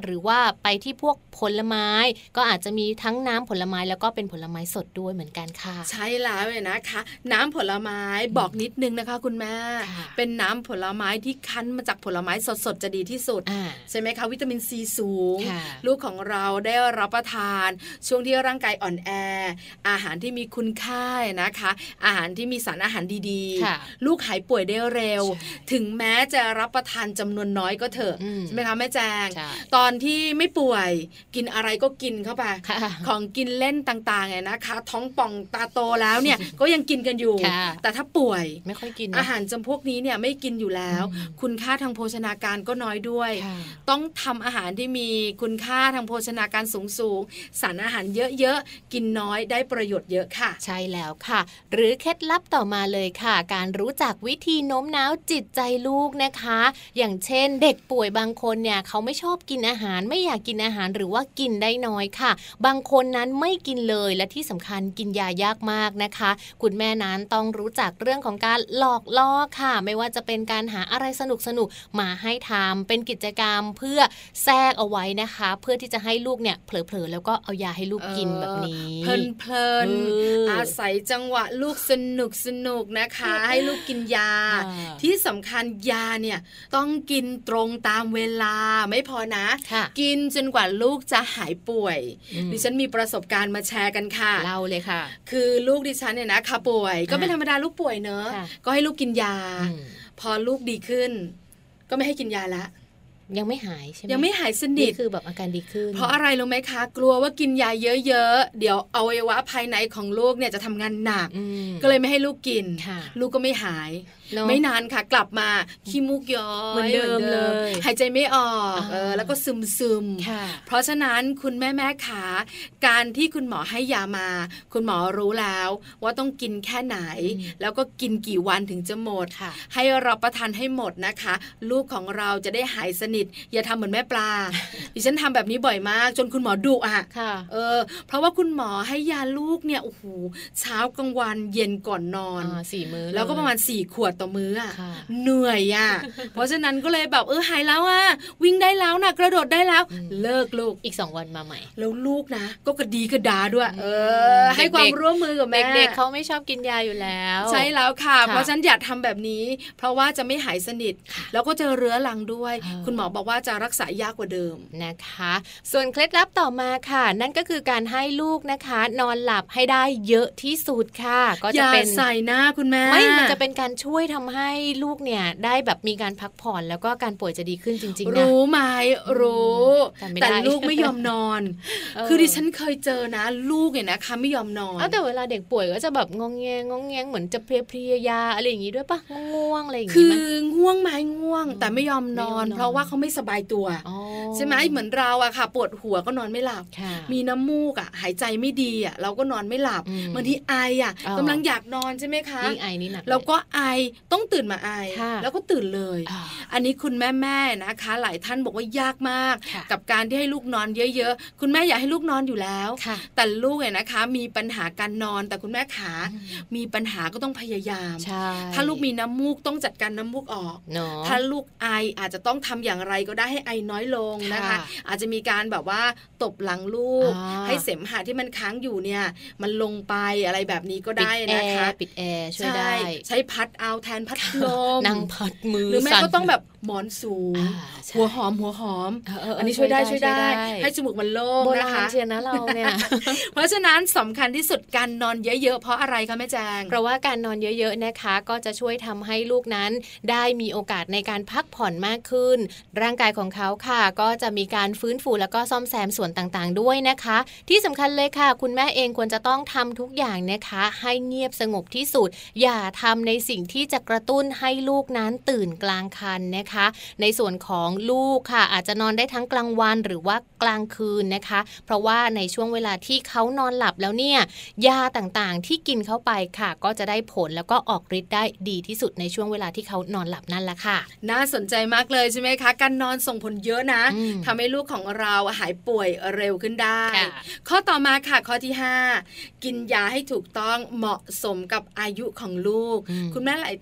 ไปที่พวกผลไม้ก็อาจจะมีทั้งน้ำผลไม้แล้วก็เป็นผลไม้สดด้วยเหมือนกันค่ะใช่แล้วเลยนะคะน้ำผลไม้บอกนิดนึงนะคะคุณแม่เป็นน้ำผลไม้ที่คั้นมาจากผลไม้สดๆจะดีที่สุดใช่ไหมคะวิตามินซีสูงลูกของเราได้รับประทานช่วงที่ร่างกายอ่อนแออาหารที่มีคุณค่านะคะอาหารที่มีสารอาหารดีๆลูกหายป่วยได้เร็วถึงแม้จะรับประทานจำนวนน้อยก็เถอะใช่ไหมคะแม่แจงตอนที่ไม่ป่วยกินอะไรก็กินเข้าไปของกินเล่นต่างๆเนี่ยนะคะท้องป่องตาโตแล้วเนี่ยก็ยังกินกันอยู่แต่ถ้าป่วยไม่ค่อยกินอาหารจำพวกนี้เนี่ยไม่กินอยู่แล้วคุณค่าทางโภชนาการก็น้อยด้วยต้องทำอาหารที่มีคุณค่าทางโภชนาการสูงๆสารอาหารเยอะๆกินน้อยได้ประโยชน์เยอะค่ะใช่แล้วค่ะหรือเคล็ดลับต่อมาเลยค่ะการรู้จักวิธีโน้มน้าวจิตใจลูกนะคะอย่างเช่นเด็กป่วยบางคนเนี่ยเขาไม่ชอบกินอาหารไม่อยากกินอาหารหรือว่ากินได้น้อยค่ะบางคนนั้นไม่กินเลยและที่สำคัญกินยายากมากนะคะคุณแม่นั้นต้องรู้จักเรื่องของการหลอกล่อค่ะไม่ว่าจะเป็นการหาอะไรสนุกๆมาให้ทำเป็นกิจกรรมเพื่อแทรกเอาไว้นะคะเพื่อที่จะให้ลูกเนี่ยเผลอๆแล้วก็เอายาให้ลูกกินแบบนี้เพลินๆอาศัยจังหวะลูกสนุกสนุกนะคะให้ลูกกินยาที่สำคัญยาเนี่ยต้องกินตรงตามเวลาไม่พอนะกินจนกว่าลูกจะหายป่วยดิฉันมีประสบการณ์มาแชร์กันค่ะเล่าเลยค่ะคือลูกดิฉันเนี่ยนะคะป่วยก็เป็นธรรมดาลูกป่วยเนอะก็ให้ลูกกินยาพอลูกดีขึ้นก็ไม่ให้กินยาละยังไม่หายใช่ไหมยังไม่หายสนิทคือแบบอาการดีขึ้นเพราะอะไรรู้ไหมคะกลัวว่ากินยาเยอะๆเดี๋ยวอวัยวะภายในของลูกเนี่ยจะทำงานหนักก็เลยไม่ให้ลูกกินลูกก็ไม่หายไม่นานค่ะกลับมาขี้มูกย้อยเหมือนเดิมเลยหายใจไม่ออกเออแล้วก็ซึมซึมเพราะฉะนั้นคุณแม่แม่ขาการที่คุณหมอให้ยามาคุณหมอรู้แล้วว่าต้องกินแค่ไหนแล้วก็กินกี่วันถึงจะหมดให้รับประทานให้หมดนะคะลูกของเราจะได้หายสนิทอย่าทำเหมือนแม่ปลาดิฉันทำแบบนี้บ่อยมากจนคุณหมอดุอ่ะเออเพราะว่าคุณหมอให้ยาลูกเนี่ยโอ้โหเช้ากลางวันเย็นก่อนนอนสี่มื้อแล้วก็ประมาณสี่ขวดต่อมื้ออ่ะเหนื่อยอ่ะเพราะฉะนั้นก็เลยแบบเออหายแล้วอ่ะวิ่งได้แล้วนะกระโดดได้แล้วเลิกลูกอีกสองวันมาใหม่แล้วลูกนะก็กระดีกระดาด้วยเออให้ความร่วมมือกับแม่เด็กๆเขาไม่ชอบกินยาอยู่แล้วใช่แล้วค่ะเพราะฉะนั้นอย่าทำแบบนี้เพราะว่าจะไม่หายสนิทแล้วก็จะเรื้อรังด้วยคุณหมอบอกว่าจะรักษายากกว่าเดิมนะคะส่วนเคล็ดลับต่อมาค่ะนั่นก็คือการให้ลูกนะคะนอนหลับให้ได้เยอะที่สุดค่ะก็จะเป็นใส่หน้าคุณแม่ไม่มันจะเป็นการช่วยทำให้ลูกเนี่ยได้แบบมีการพักผ่อนแล้วก็การป่วยจะดีขึ้นจริงๆนะรู้ไหมรู้แต่ลูกไม่ยอมนอนคือดิฉันเคยเจอนะลูกเนี่ยนะคะไม่ยอมนอนแต่เวลาเด็กป่วยก็จะแบบงงแงงงแงเหมือนจะเพลียๆยาอะไรอย่างงี้ด้วยปะง่วงอะไรอย่างงี้คือง่วงไหมง่วงแต่ไม่ยอมนอนเพราะว่าเขาไม่สบายตัวใช่ไหมเหมือนเราอะค่ะปวดหัวก็นอนไม่หลับมีน้ำมูกอะหายใจไม่ดีอะเราก็นอนไม่หลับบางทีไออะกำลังอยากนอนใช่ไหมคะยิ่งไอนี่หนักแล้วก็ไอต้องตื่นมาไอแล้วก็ตื่นเลยอันนี้คุณแม่แม่นะคะหลายท่านบอกว่ายากมากกับการที่ให้ลูกนอนเยอะๆคุณแม่อยากให้ลูกนอนอยู่แล้วแต่ลูกเนี่ยนะคะมีปัญหาการนอนแต่คุณแม่ขามีปัญหาก็ต้องพยายามถ้าลูกมีน้ำมูกต้องจัดการน้ำมูกออกถ้าลูกไออาจจะต้องทำอย่างไรก็ได้ให้ไอน้อยลงนะคะอาจจะมีการแบบว่าตบหลังลูกให้เสมหะที่มันค้างอยู่เนี่ยมันลงไปอะไรแบบนี้ก็ได้นะคะปิดแอร์ช่วยได้ใช้พัดเอาแทนพัดลมนั่งพัดมือหรือแม่ก็ต้องแบบหมอนสูงหัวหอมหัวหอมอันนี้ช่วยได้ช่วยได้ให้จมูกมันโล่งนะคะเชียร์นะเราเนี่ยเพราะฉะนั้นสำคัญที่สุดการนอนเยอะๆเพราะอะไรคะแม่แจงเพราะว่าการนอนเยอะๆนะคะก็จะช่วยทำให้ลูกนั้นได้มีโอกาสในการพักผ่อนมากขึ้นร่างกายของเขาค่ะก็จะมีการฟื้นฟูแล้วก็ซ่อมแซมส่วนต่างๆด้วยนะคะที่สำคัญเลยค่ะคุณแม่เองควรจะต้องทำทุกอย่างนะคะให้เงียบสงบที่สุดอย่าทำในสิ่งที่จะกระตุ้นให้ลูกนั้นตื่นกลางคันนะคะในส่วนของลูกค่ะอาจจะนอนได้ทั้งกลางวันหรือว่ากลางคืนนะคะเพราะว่าในช่วงเวลาที่เขานอนหลับแล้วเนี่ยยาต่างๆที่กินเข้าไปค่ะก็จะได้ผลแล้วก็ออกฤทธิ์ได้ดีที่สุดในช่วงเวลาที่เขานอนหลับนั่นแหละค่ะน่าสนใจมากเลยใช่ไหมคะการนอนส่งผลเยอะนะทำให้ลูกของเราหายป่วยเร็วขึ้นได้ข้อต่อมาค่ะข้อที่ห้ากินยาให้ถูกต้องเหมาะสมกับอายุของลูกคุณแม่หลาย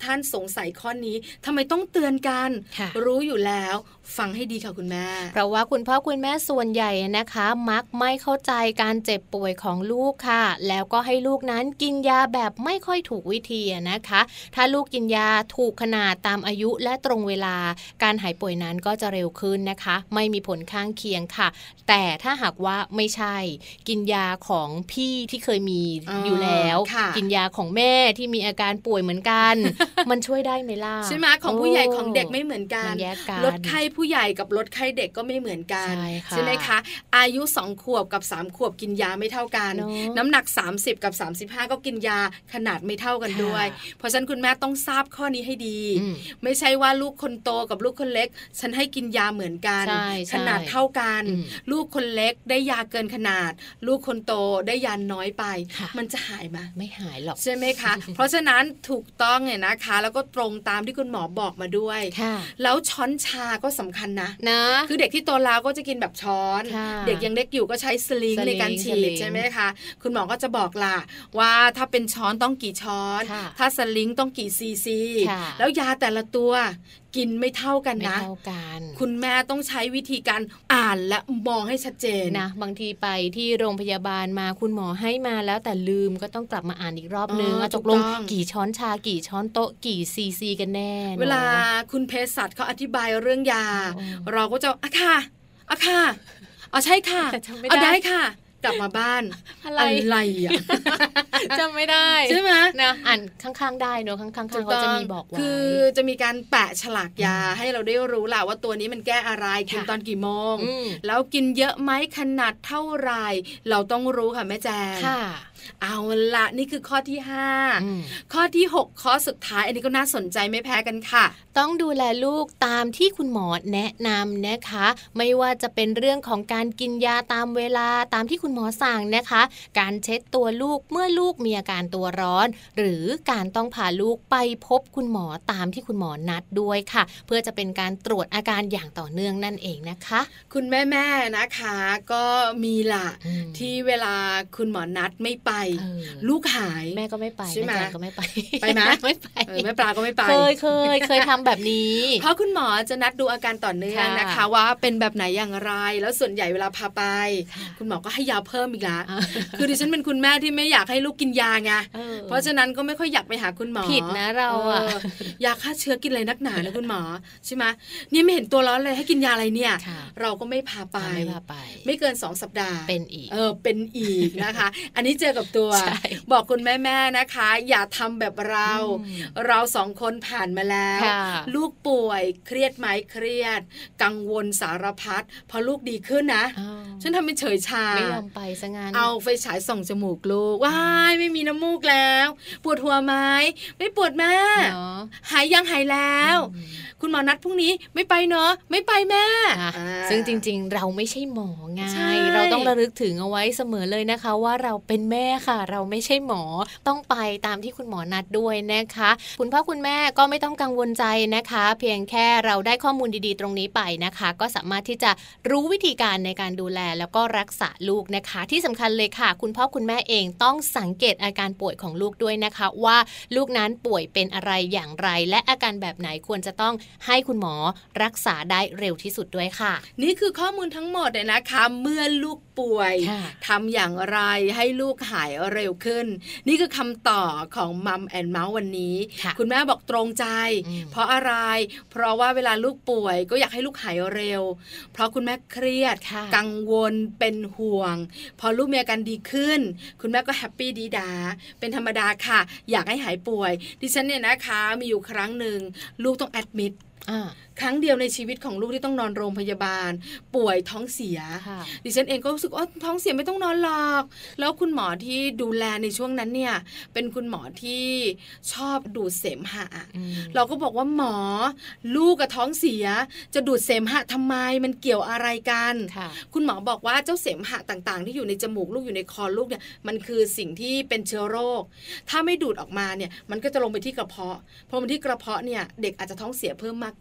ท่านสงสัยข้อนี้ทำไมต้องเตือนกันรู้อยู่แล้วฟังให้ดีค่ะคุณแม่เพราะว่าคุณพ่อคุณแม่ส่วนใหญ่นะคะมักไม่เข้าใจการเจ็บป่วยของลูกค่ะแล้วก็ให้ลูกนั้นกินยาแบบไม่ค่อยถูกวิธีนะคะถ้าลูกกินยาถูกขนาดตามอายุและตรงเวลาการหายป่วยนั้นก็จะเร็วขึ้นนะคะไม่มีผลข้างเคียงค่ะแต่ถ้าหากว่าไม่ใช่กินยาของพี่ที่เคยมี อ, อยู่แล้วกินยาของแม่ที่มีอาการป่วยเหมือนกัน มันช่วยได้ไหมล่ะใช่ไหมของผู้ใหญ่ของเด็กไม่เหมือนกันลดไข้ผู้ใหญ่กับลดไข้เด็กก็ไม่เหมือนกันใช่ไหมคะอายุสองขวบกับสามขวบกินยาไม่เท่ากันน้ำหนักสามสิบกับสามสิบห้าก็กินยาขนาดไม่เท่ากันด้วยเพราะฉะนั้นคุณแม่ต้องทราบข้อนี้ให้ดีไม่ใช่ว่าลูกคนโตกับลูกคนเล็กฉันให้กินยาเหมือนกันขนาดเท่ากันลูกคนเล็กได้ยาเกินขนาดลูกคนโตได้ยาน้อยไปมันจะหายไหมไม่หายหรอกใช่ไหมคะ เพราะฉะนั้นถูกต้องเนี่ยนะคะแล้วก็ตรงตามที่คุณหมอบอกมาด้วยแล้วช้อนชาก็สำคัญนะนะคือเด็กที่โตแล้วก็จะกินแบบช้อนเด็กยังเล็กอยู่ก็ใช้สลิงในการฉีดใช่ไหมคะคุณหมอก็จะบอกล่ะว่าถ้าเป็นช้อนต้องกี่ช้อนถ้าสลิงต้องกี่ซีซีแล้วยาแต่ละตัวกินไม่เท่ากันนะคุณแม่ต้องใช้วิธีการอ่านและมองให้ชัดเจนนะบางทีไปที่โรงพยาบาลมาคุณหมอให้มาแล้วแต่ลืมก็ต้องกลับมาอ่านอีกรอบนึงตกลงกี่ช้อนชากี่ช้อนโต๊ะกี่ซีซีกันแน่เวลาคุณเภสัชเขาอธิบายเรื่องยาเราก็จะอ่ะค่ะอ่ะค่ะอ๋อใช่ค่ะเอาได้ค่ะกลับมาบ้านอะไรอะไรอ่ะจำไม่ได้ใช่ไหมนะอ่านข้างๆได้เนอะข้างๆเขาจะมีบอกว่าคือจะมีการแปะฉลากยาให้เราได้รู้แหละว่าตัวนี้มันแก้อะไรกินตอนกี่โมงแล้วกินเยอะไหมขนาดเท่าไหร่เราต้องรู้ค่ะแม่แจงค่ะเอาละนี่คือข้อที่ห้าข้อที่หกข้อสุดท้ายอันนี้ก็น่าสนใจไม่แพ้กันค่ะต้องดูแลลูกตามที่คุณหมอแนะนำนะคะไม่ว่าจะเป็นเรื่องของการกินยาตามเวลาตามที่คุณหมอสั่งนะคะการเช็ดตัวลูกเมื่อลูกมีอาการตัวร้อนหรือการต้องพาลูกไปพบคุณหมอตามที่คุณหมอนัดด้วยค่ะเพื่อจะเป็นการตรวจอาการอย่างต่อเนื่องนั่นเองนะคะคุณแม่ๆนะคะก็มีล่ะที่เวลาคุณหมอนัดไม่ไปลูกหายแม่ก็ไม่ไปใช่ไหมก็ไม่ไปไปไหมไม่ไปแม่ปลาก็ไม่ไปเคยเคยเคยทำแบบนี้เพราะคุณหมอจะนัดดูอาการต่อเนื่องนะคะว่าเป็นแบบไหนอย่างไรแล้วส่วนใหญ่เวลาพาไปคุณหมอก็ให้ยาเพิ่มอีกละคือดิฉันเป็นคุณแม่ที่ไม่อยากให้ลูกกินยาไงเพราะฉะนั้นก็ไม่ค่อยอยากไปหาคุณหมอผิดนะเราอะยาฆ่าเชื้อกินอะไรนักหนานะคุณหมอใช่ไหมนี่ไม่เห็นตัวร้อนเลยให้กินยาอะไรเนี่ยเราก็ไม่พาไปไม่เกินสองสัปดาห์เป็นอีกเออเป็นอีกนะคะอันนี้เจอกับตัวบอกคุณแม่ๆนะคะอย่าทำแบบเราเราสองคนผ่านมาแล้วลูกป่วยเครียดไหมเครียดกังวลสารพัดพอลูกดีขึ้นนะฉันทำเป็นเฉยชาไม่ยอมไปซะงั้นเอาไฟฉายส่องจมูกลูกว้ายไม่มีน้ำมูกแล้วปวดหัวไหมไม่ปวดแม่หายยังหายแล้วคุณหมอนัดพรุ่งนี้ไม่ไปเนาะไม่ไปแม่ซึ่งจริงๆเราไม่ใช่หมอไงเราต้องระลึกถึงเอาไว้เสมอเลยนะคะว่าเราเป็นแม่ค่ะเราไม่ใช่หมอต้องไปตามที่คุณหมอนัดด้วยนะคะคุณพ่อคุณแม่ก็ไม่ต้องกังวลใจนะคะเพียงแค่เราได้ข้อมูลดีๆตรงนี้ไปนะคะก็สามารถที่จะรู้วิธีการในการดูแลแล้วก็รักษาลูกนะคะที่สำคัญเลยค่ะคุณพ่อคุณแม่เองต้องสังเกตอาการป่วยของลูกด้วยนะคะว่าลูกนั้นป่วยเป็นอะไรอย่างไรและอาการแบบไหนควรจะต้องให้คุณหมอรักษาได้เร็วที่สุดด้วยค่ะนี่คือข้อมูลทั้งหมดเลยนะคะเมื่อลูกป่วยทำอย่างไรให้ลูกหายเร็วขึ้นนี่คือคำตอบของมัมแอนด์เมาส์วันนี้คุณแม่บอกตรงใจเพราะอะไรเพราะว่าเวลาลูกป่วยก็อยากให้ลูกหายเร็วเพราะคุณแม่เครียดกังวลเป็นห่วงพอลูกมีอาการดีขึ้นคุณแม่ก็แฮปปี้ดีดาเป็นธรรมดาค่ะอยากให้หายป่วยดิฉันเนี่ยนะคะมีอยู่ครั้งหนึ่งลูกต้องแอดมิดครั้งเดียวในชีวิตของลูกที่ต้องนอนโรงพยาบาลป่วยท้องเสียดิฉันเองก็รู้สึกว่าท้องเสียไม่ต้องนอนหรอกแล้วคุณหมอที่ดูแลในช่วงนั้นเนี่ยเป็นคุณหมอที่ชอบดูดเสมหะเราก็บอกว่าหมอลูกกับท้องเสียจะดูดเสมหะทำไมมันเกี่ยวอะไรกันคุณหมอบอกว่าเจ้าเสมหะต่างๆที่อยู่ในจมูกลูกอยู่ในคอลูกเนี่ยมันคือสิ่งที่เป็นเชื้อโรคถ้าไม่ดูดออกมาเนี่ยมันก็จะลงไปที่กระเพาะพอมันที่กระเพาะเนี่ยเด็กอาจจะท้องเสียเพิ่มมากขึ้น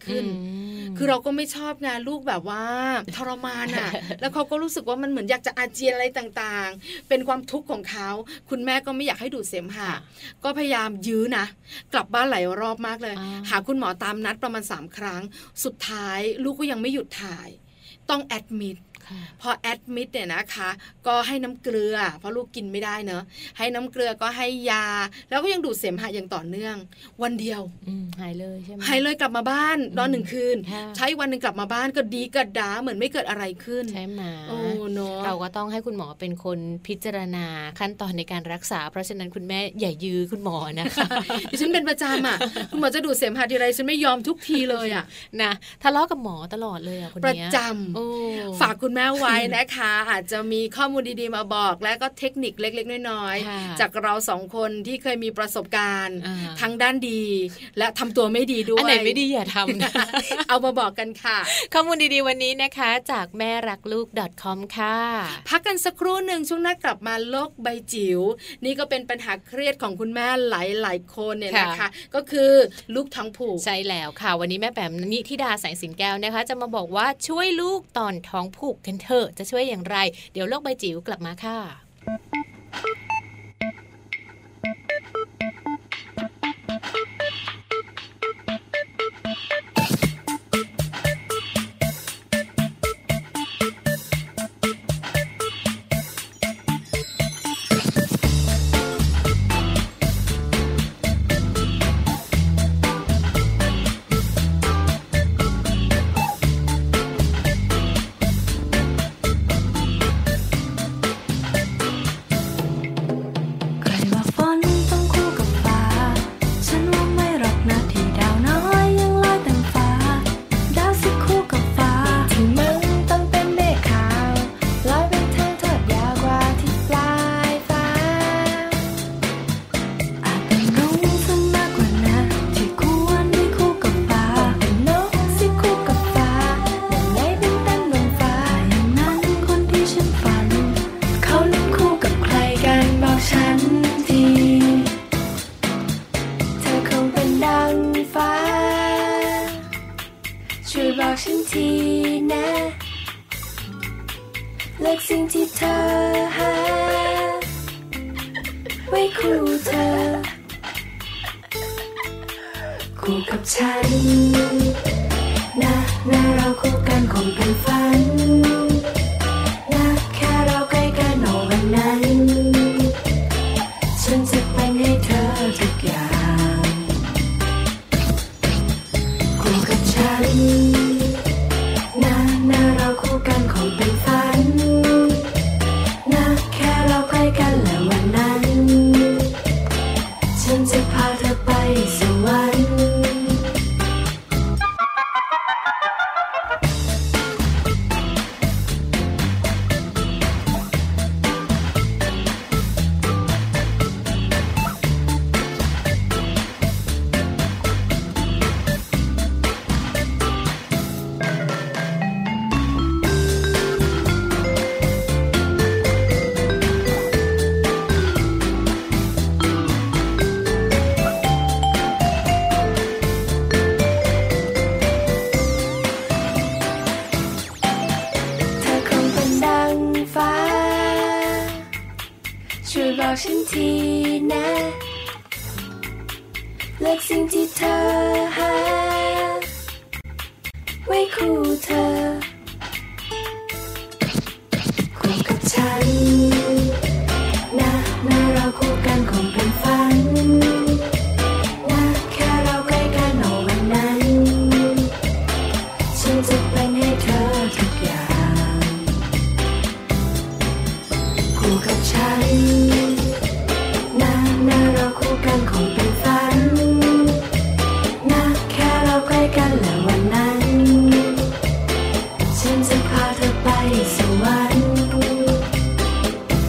คือเราก็ไม่ชอบไงลูกแบบว่าทรมานอ่ะ แล้วเขาก็รู้สึกว่ามันเหมือนอยากจะอาเจียนอะไรต่างๆเป็นความทุกข์ของเขาคุณแม่ก็ไม่อยากให้ดูดเสมหะก็พยายามยื้อนะกลับบ้านหลายรอบมากเลยหาคุณหมอตามนัดประมาณสามครั้งสุดท้ายลูกก็ยังไม่หยุดถ่ายต้องแอดมิดพอแอดมิดเนี่ยนะคะก็ให้น้ำเกลือเพราะลูกกินไม่ได้เนอะให้น้ำเกลือก็ให้ยาแล้วก็ยังดูดเสมหะอย่างต่อเนื่องวันเดียวหายเลยใช่ไหมหายเลยกลับมาบ้านนอนหนึ่งคืนใช้วันหนึ่งกลับมาบ้านก็ดีกระดาเหมือนไม่เกิดอะไรขึ้นใช่ไหมโอ้เนอะเราก็ต้องให้คุณหมอเป็นคนพิจารณาขั้นตอนในการรักษาเพราะฉะนั้นคุณแม่อย่ายื้อคุณหมอนะคะดิฉันเป็นประจำอ่ะคุณหมอจะดูดเสมหะทีไรฉันไม่ยอมทุกทีเลยอ่ะนะทะเลาะกับหมอตลอดเลยอ่ะคนนี้ประจำฝากคุณแม่ไว้นะคะอาจจะมีข้อมูลดีๆมาบอกและก็เทคนิคเล็กๆน้อยๆจากเราสองคนที่เคยมีประสบการณ์ทั้งด้านดีและทำตัวไม่ดีด้วยอันไหนไม่ดีอย่าทำนะเอามาบอกกันค่ะข้อมูลดีๆวันนี้นะคะจากแม่รักลูก .com ค่ะพักกันสักครู่หนึ่งช่วงหน้ากลับมาโลกใบจิ๋วนี่ก็เป็นปัญหาเครียดของคุณแม่หลายๆคนเนี่ยนะคะก็คือลูกท้องผูกใช่แล้วค่ะวันนี้แม่แปมนิธิดาแสงสินแก้วนะคะจะมาบอกว่าช่วยลูกตอนท้องผูกกันเถอะจะช่วยอย่างไรเดี๋ยวโลกใบจิ๋วกลับมาค่ะฉันทีนะเลือกสิ่งที่เธอหาไว้คู่เธอคู่กับฉันนะนะเราคู่กันคงเป็นฝันนะแค่เราใกล้กันเอาวันนั้นฉันจะเป็นให้เธอทุกอย่างคู่กับฉันกันคงเป็นฝันนะแค่เราใกล้กันและวันนั้นฉันจะพาเธอไปสวรรค์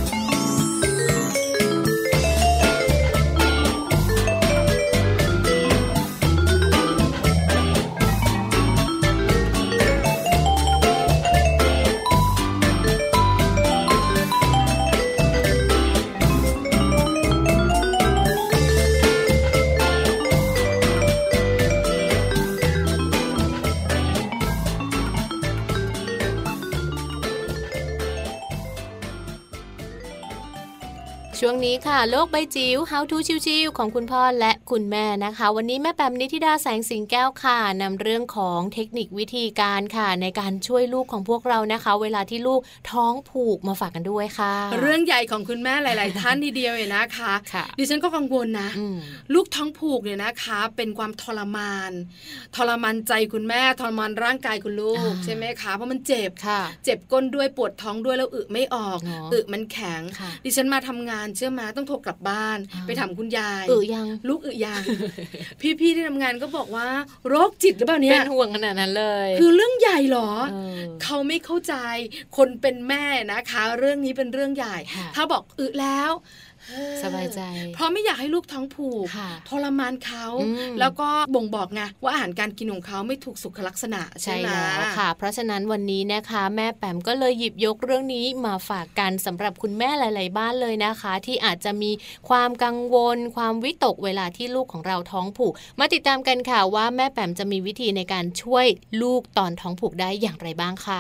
ช่วงนี้ค่ะโลกใบจิ๋ว How to ชิวๆของคุณพ่อและคุณแม่นะคะวันนี้แม่แปมนิธิดาแสงสิงแก้วค่ะนำเรื่องของเทคนิควิธีการค่ะในการช่วยลูกของพวกเรานะคะเวลาที่ลูกท้องผูกมาฝากกันด้วยค่ะเรื่องใหญ่ของคุณแม่หลายๆท่านทีเดียวเลยนะคะดิฉันก็กังวลนะลูกท้องผูกเนี่ยนะคะเป็นความทรมานทรมานใจคุณแม่ทรมานร่างกายคุณลูกใช่ไหมคะเพราะมันเจ็บเจ็บก้นด้วยปวดท้องด้วยแล้วอึไม่ออกอึมันแข็งดิฉันมาทำงานเชื่อมาต้องโทรกลับบ้านไปถามคุณยายอึยังลูกอึยัง พี่ๆที่ทำงานก็บอกว่าโรคจิตหรือเปล่าเนี่ยเป็นห่วงขนาดนั้นเลยคือเรื่องใหญ่หรอเขาไม่เข้าใจคนเป็นแม่นะคะเรื่องนี้เป็นเรื่องใหญ่ถ้าบอกอึแล้วสบายใจเพราะไม่อยากให้ลูกท้องผูกทรมานเขาแล้วก็บ่งบอกไงว่าอาหารการกินของเขาไม่ถูกสุขลักษณะใช่ไหมแล้วค่ะเพราะฉะนั้นวันนี้นะคะแม่แปมก็เลยหยิบยกเรื่องนี้มาฝากกันสำหรับคุณแม่หลายๆบ้านเลยนะคะที่อาจจะมีความกังวลความวิตกเวลาที่ลูกของเราท้องผูกมาติดตามกันค่ะว่าแม่แปมจะมีวิธีในการช่วยลูกตอนท้องผูกได้อย่างไรบ้างค่ะ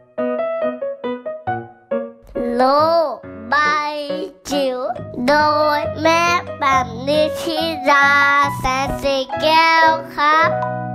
โลกใบจิ๋วโดยแม่แบบนิชิราแสนสีแก้วครับ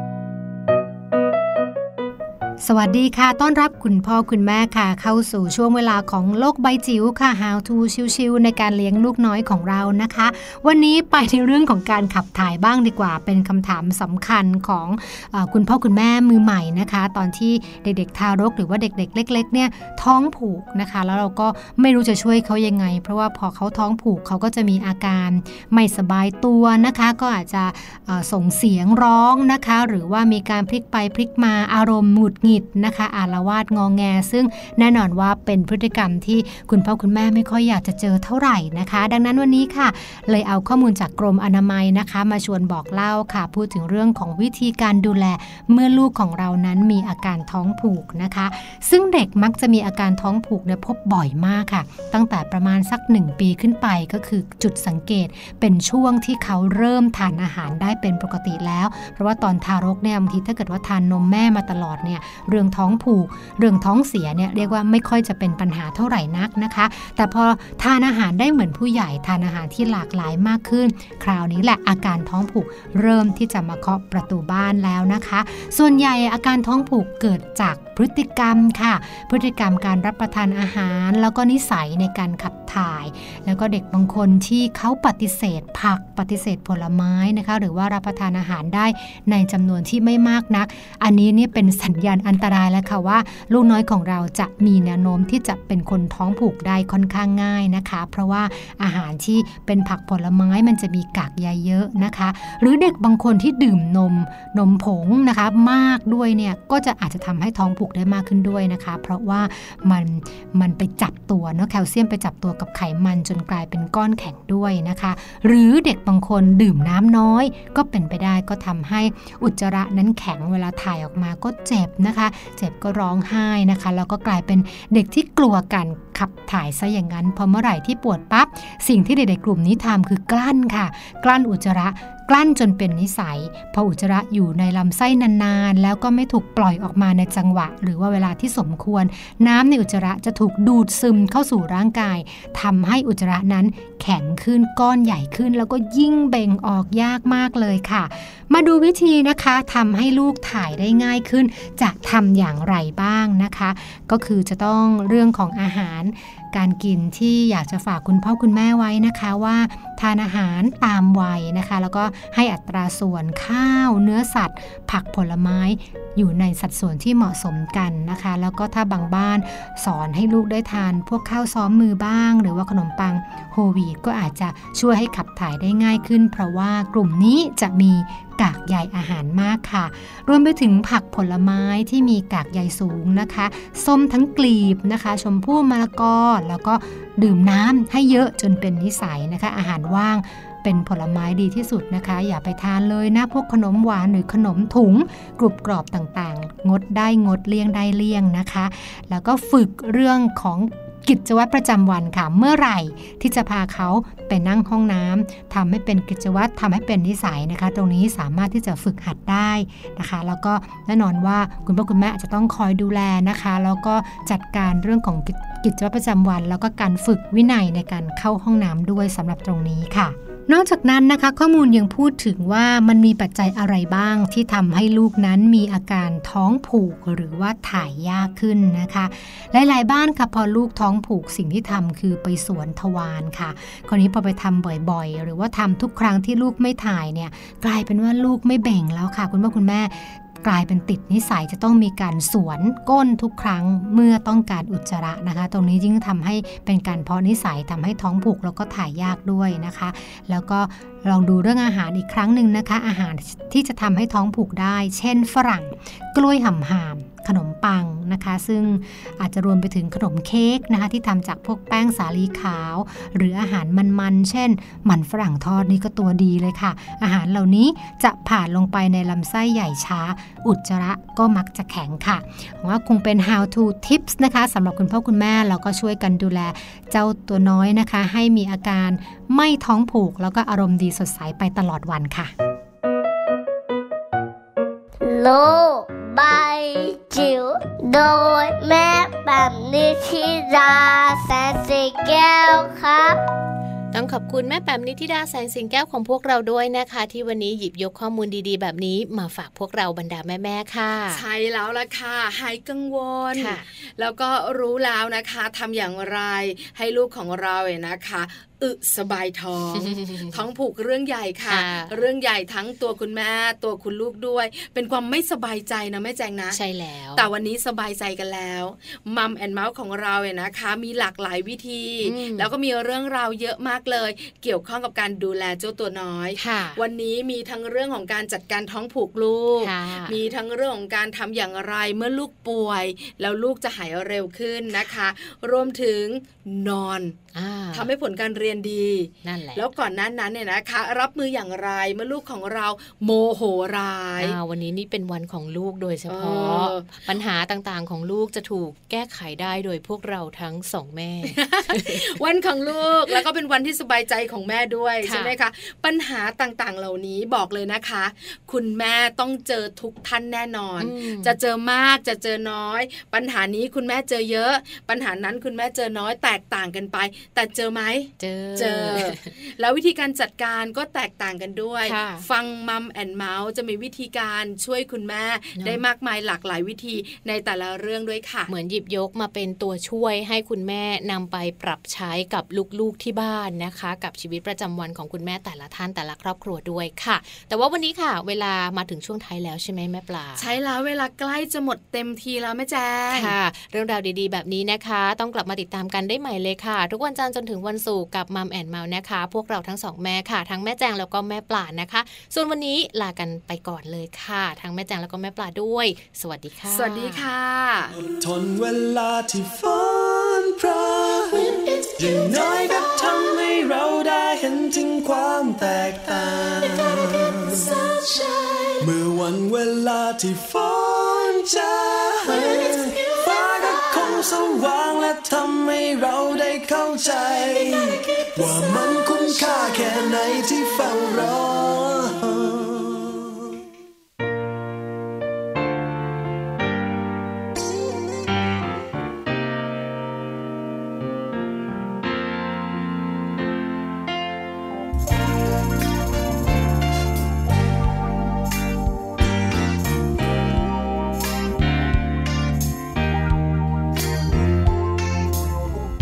สวัสดีค่ะต้อนรับคุณพ่อคุณแม่ค่ะเข้าสู่ช่วงเวลาของโลกใบจิ๋วค่ะ How to ชิวๆในการเลี้ยงลูกน้อยของเรานะคะวันนี้ไปในเรื่องของการขับถ่ายบ้างดีกว่าเป็นคำถามสำคัญของเอ่อคุณพ่อคุณแม่มือใหม่นะคะตอนที่เด็กๆทารกหรือว่าเด็กๆเล็กๆเนี่ยท้องผูกนะคะแล้วเราก็ไม่รู้จะช่วยเขายังไงเพราะว่าพอเขาท้องผูกเขาก็จะมีอาการไม่สบายตัวนะคะก็อาจจะเอ่อส่งเสียงร้องนะคะหรือว่ามีการพลิกไปพลิกมาอารมณ์หงุดหงิดนะคะอาละวาดงอแงซึ่งแน่นอนว่าเป็นพฤติกรรมที่คุณพ่อคุณแม่ไม่ค่อยอยากจะเจอเท่าไหร่นะคะดังนั้นวันนี้ค่ะเลยเอาข้อมูลจากกรมอนามัยนะคะมาชวนบอกเล่าค่ะพูดถึงเรื่องของวิธีการดูแลเมื่อลูกของเรานั้นมีอาการท้องผูกนะคะซึ่งเด็กมักจะมีอาการท้องผูกเนี่ยพบบ่อยมากค่ะตั้งแต่ประมาณสักหนึ่งปีขึ้นไปก็คือจุดสังเกตเป็นช่วงที่เขาเริ่มทานอาหารได้เป็นปกติแล้วเพราะว่าตอนทารกเนี่ยบางทีถ้าเกิดว่าทานนมแม่มาตลอดเนี่ยเรื่องท้องผูกเรื่องท้องเสียเนี่ยเรียกว่าไม่ค่อยจะเป็นปัญหาเท่าไหร่นักนะคะแต่พอทานอาหารได้เหมือนผู้ใหญ่ทานอาหารที่หลากหลายมากขึ้นคราวนี้แหละอาการท้องผูกเริ่มที่จะมาเคาะประตูบ้านแล้วนะคะส่วนใหญ่อาการท้องผูกเกิดจากพฤติกรรมค่ะพฤติกรรมการรับประทานอาหารแล้วก็นิสัยในการขับถ่ายแล้วก็เด็กบางคนที่เขาปฏิเสธผักปฏิเสธผลไม้นะคะหรือว่ารับประทานอาหารได้ในจำนวนที่ไม่มากนักอันนี้เนี่ยเป็นสัญญาณอันตรายแล้วค่ะว่าลูกน้อยของเราจะมีแนวโน้มที่จะเป็นคนท้องผูกได้ค่อนข้างง่ายนะคะเพราะว่าอาหารที่เป็นผักผลไม้มันจะมีกากใยเยอะนะคะหรือเด็กบางคนที่ดื่มนมนมผงนะคะมากด้วยเนี่ยก็จะอาจจะทำให้ท้องผูกได้มากขึ้นด้วยนะคะเพราะว่ามันมันไปจับตัวเนาะแคลเซียมไปจับตัวกับไขมันจนกลายเป็นก้อนแข็งด้วยนะคะหรือเด็กบางคนดื่มน้ำน้อยก็เป็นไปได้ก็ทำให้อุจจาระนั้นแข็งเวลาถ่ายออกมาก็เจ็บนะคะเจ็บก็ร้องไห้นะคะแล้วก็กลายเป็นเด็กที่กลัวกันขับถ่ายซะอย่างนั้นพอเมื่อไหร่ที่ปวดปั๊บสิ่งที่เด็กๆกลุ่มนี้ทำคือกลั้นค่ะกลั้นอุจจาระกลั้นจนเป็นนิสัยพออุจจาระอยู่ในลำไส้นานๆแล้วก็ไม่ถูกปล่อยออกมาในจังหวะหรือว่าเวลาที่สมควรน้ำในอุจจาระจะถูกดูดซึมเข้าสู่ร่างกายทำให้อุจจาระนั้นแข็งขึ้นก้อนใหญ่ขึ้นแล้วก็ยิ่งเบ่งออกยากมากเลยค่ะมาดูวิธีนะคะทำให้ลูกถ่ายได้ง่ายขึ้นจะทำอย่างไรบ้างนะคะก็คือจะต้องเรื่องของอาหารการกินที่อยากจะฝากคุณพ่อคุณแม่ไว้นะคะว่าทานอาหารตามวัยนะคะแล้วก็ให้อัตราส่วนข้าวเนื้อสัตว์ผักผลไม้อยู่ในสัดส่วนที่เหมาะสมกันนะคะแล้วก็ถ้าบางบ้านสอนให้ลูกได้ทานพวกข้าวซ้อมมือบ้างหรือว่าขนมปังโฮลวีตก็อาจจะช่วยให้ขับถ่ายได้ง่ายขึ้นเพราะว่ากลุ่มนี้จะมีกากใยอาหารมากค่ะรวมไปถึงผักผลไม้ที่มีกากใยสูงนะคะส้มทั้งกลีบนะคะชมพู่มะละกอแล้วก็ดื่มน้ำให้เยอะจนเป็นนิสัยนะคะอาหารว่างเป็นผลไม้ดีที่สุดนะคะอย่าไปทานเลยนะพวกขนมหวานหรือขนมถุงกรุบกรอบต่างๆงดได้งดเลี่ยงได้เลี่ยงนะคะแล้วก็ฝึกเรื่องของกิจวัตรประจำวันค่ะเมื่อไหร่ที่จะพาเขาไปนั่งห้องน้ำทำให้เป็นกิจวัตรทำให้เป็นนิสัยนะคะตรงนี้สามารถที่จะฝึกหัดได้นะคะแล้วก็แน่นอนว่าคุณพ่อคุณแม่อาจจะต้องคอยดูแลนะคะแล้วก็จัดการเรื่องของกิจวัตรประจำวันแล้วก็การฝึกวินัยในการเข้าห้องน้ำด้วยสำหรับตรงนี้ค่ะนอกจากนั้นนะคะข้อมูลยังพูดถึงว่ามันมีปัจจัยอะไรบ้างที่ทำให้ลูกนั้นมีอาการท้องผูกหรือว่าถ่ายยากขึ้นนะคะหลายๆบ้านค่ะพอลูกท้องผูกสิ่งที่ทำคือไปสวนทวารค่ะคราวนี้พอไปทำบ่อยๆหรือว่าทำทุกครั้งที่ลูกไม่ถ่ายเนี่ยกลายเป็นว่าลูกไม่เบ่งแล้วค่ะคุณพ่อคุณแม่กลายเป็นติดนิสัยจะต้องมีการสวนก้นทุกครั้งเมื่อต้องการอุจจาระนะคะตรงนี้ยิ่งทำให้เป็นการเพาะนิสัยทำให้ท้องผูกแล้วก็ถ่ายยากด้วยนะคะแล้วก็ลองดูเรื่องอาหารอีกครั้งหนึ่งนะคะอาหารที่จะทำให้ท้องผูกได้เช่นฝรั่งกล้วยห่ำๆขนมปังนะคะซึ่งอาจจะรวมไปถึงขนมเค้กนะคะที่ทำจากพวกแป้งสาลีขาวหรืออาหารมันๆเช่นมันฝรั่งทอดนี่ก็ตัวดีเลยค่ะอาหารเหล่านี้จะผ่านลงไปในลำไส้ใหญ่ช้าอุจจาระก็มักจะแข็งค่ะว่าคงเป็น how to tips นะคะสำหรับคุณพ่อคุณแม่แล้วก็ช่วยกันดูแลเจ้าตัวน้อยนะคะให้มีอาการไม่ท้องผูกแล้วก็อารมณ์ดีสดใสไปตลอดวันค่ะโลกใบจิ๋วโดยแม่แบบนิชิราแสนสีแก้วครับต้องขอบคุณแม่แปมนิธิดาแสงสิงแก้วของพวกเราด้วยนะคะที่วันนี้หยิบยกข้อมูลดีๆแบบนี้มาฝากพวกเราบรรดาแม่ๆค่ะใช่แล้วล่ะค่ะหายกังวลแล้วก็รู้แล้วนะคะทำอย่างไรให้ลูกของเราเนี่ยนะคะอึสบายท้อง ท้องผูกเรื่องใหญ่ค่ะเรื่องใหญ่ทั้งตัวคุณแม่ตัวคุณลูกด้วยเป็นความไม่สบายใจนะแม่แจงนะใช่แล้วแต่วันนี้สบายใจกันแล้วมัมแอนด์เมาส์ของเราเนี่ยนะคะมีหลากหลายวิธีแล้วก็มีเรื่องราวเยอะมากเลยเกี่ยวข้องกับการดูแลเจ้าตัวน้อยวันนี้มีทั้งเรื่องของการจัดการท้องผูกลูกมีทั้งเรื่องของการทำอย่างไรเมื่อลูกป่วยแล้วลูกจะหายเร็วขึ้นนะคะรวมถึงนอนทำให้ผลการเรียนดีนั่นแหละแล้วก่อนหน้านั้นเนี่ยนะคะรับมืออย่างไรเมื่อลูกของเราโมโหร้ายวันนี้นี่เป็นวันของลูกโดยเฉพาะปัญหาต่างๆของลูกจะถูกแก้ไขได้โดยพวกเราทั้งสองแม่วันของลูกแล้วก็เป็นวันที่สบายใจของแม่ด้วยใช่ไหมคะปัญหาต่างๆเหล่านี้บอกเลยนะคะคุณแม่ต้องเจอทุกท่านแน่นอนจะเจอมากจะเจอน้อยปัญหานี้คุณแม่เจอเยอะปัญหานั้นคุณแม่เจอน้อยแตกต่างกันไปแต่เจอไหมเจอเจอแล้ววิธีการจัดการก็แตกต่างกันด้วยฟังมัมแอนด์เมาส์จะมีวิธีการช่วยคุณแม่ได้มากมายหลากหลายวิธีในแต่ละเรื่องด้วยค่ะเหมือนหยิบยกมาเป็นตัวช่วยให้คุณแม่นำไปปรับใช้กับลูกๆที่บ้านนะคะกับชีวิตประจำวันของคุณแม่แต่ละท่านแต่ละครอบครัวด้วยค่ะแต่ว่าวันนี้ค่ะเวลามาถึงช่วงท้ายแล้วใช่ไหมแม่ปลาใช่แล้วเวลาใกล้จะหมดเต็มทีแล้วแม่แจ้งค่ะเรื่องราวดีๆแบบนี้นะคะต้องกลับมาติดตามกันได้ใหม่เลยค่ะทุกวันจันทร์จนถึงวันศุกร์กับมัมแอนด์เมาส์นะคะพวกเราทั้งสองแม่ค่ะทั้งแม่แจงแล้วก็แม่ปลานะคะส่วนวันนี้ลากันไปก่อนเลยค่ะทั้งแม่แจงแล้วก็แม่ปลาด้วยสวัสดีค่ะสวัสดีค่ะทนเวลาที่ฝนพรำอย่างน้อยก็ทำให้เราได้เห็นถึงความแตกต่างเมื่อวันเวลาที่ฝนจะฟ้าก็คงสว่างและทำให้เราได้เข้าใจว่ามันคุ้มค่าแค่ไหนที่เฝ้ารอ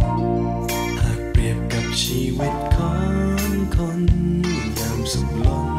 ชีวิตของคนยามสุขล้น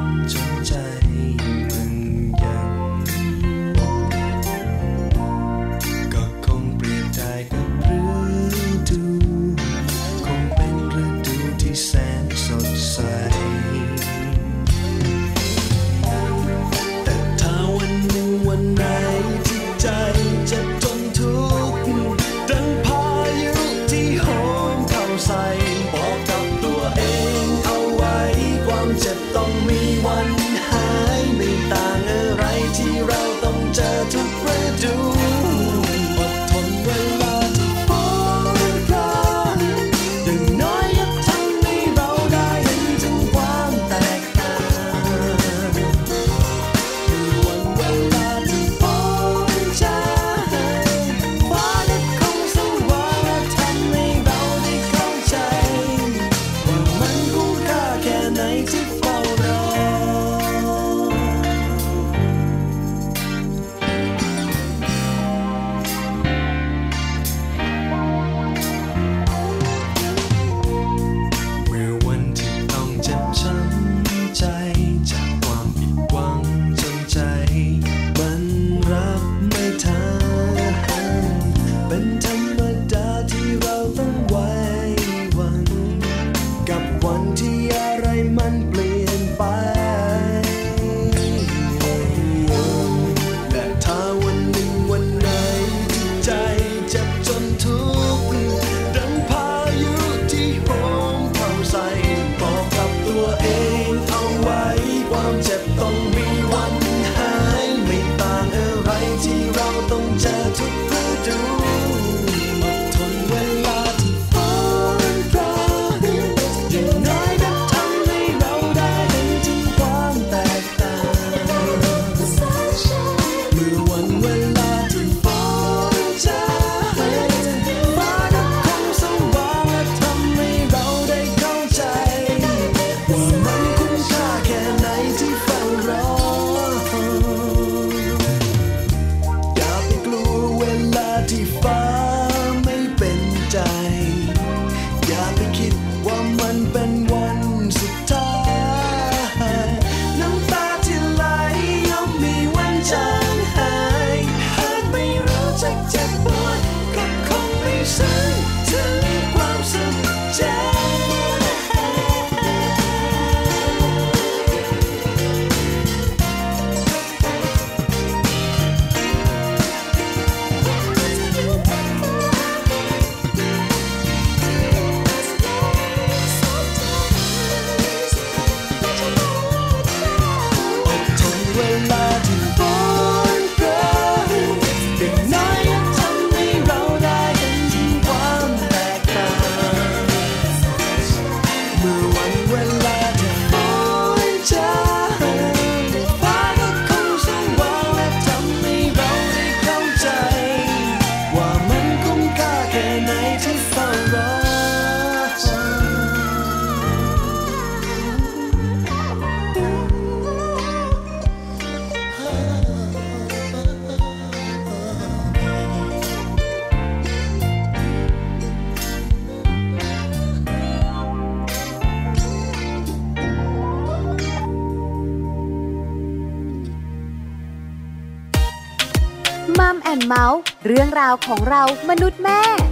แอนด์เมาส์เรื่องราวของเรามนุษย์แม่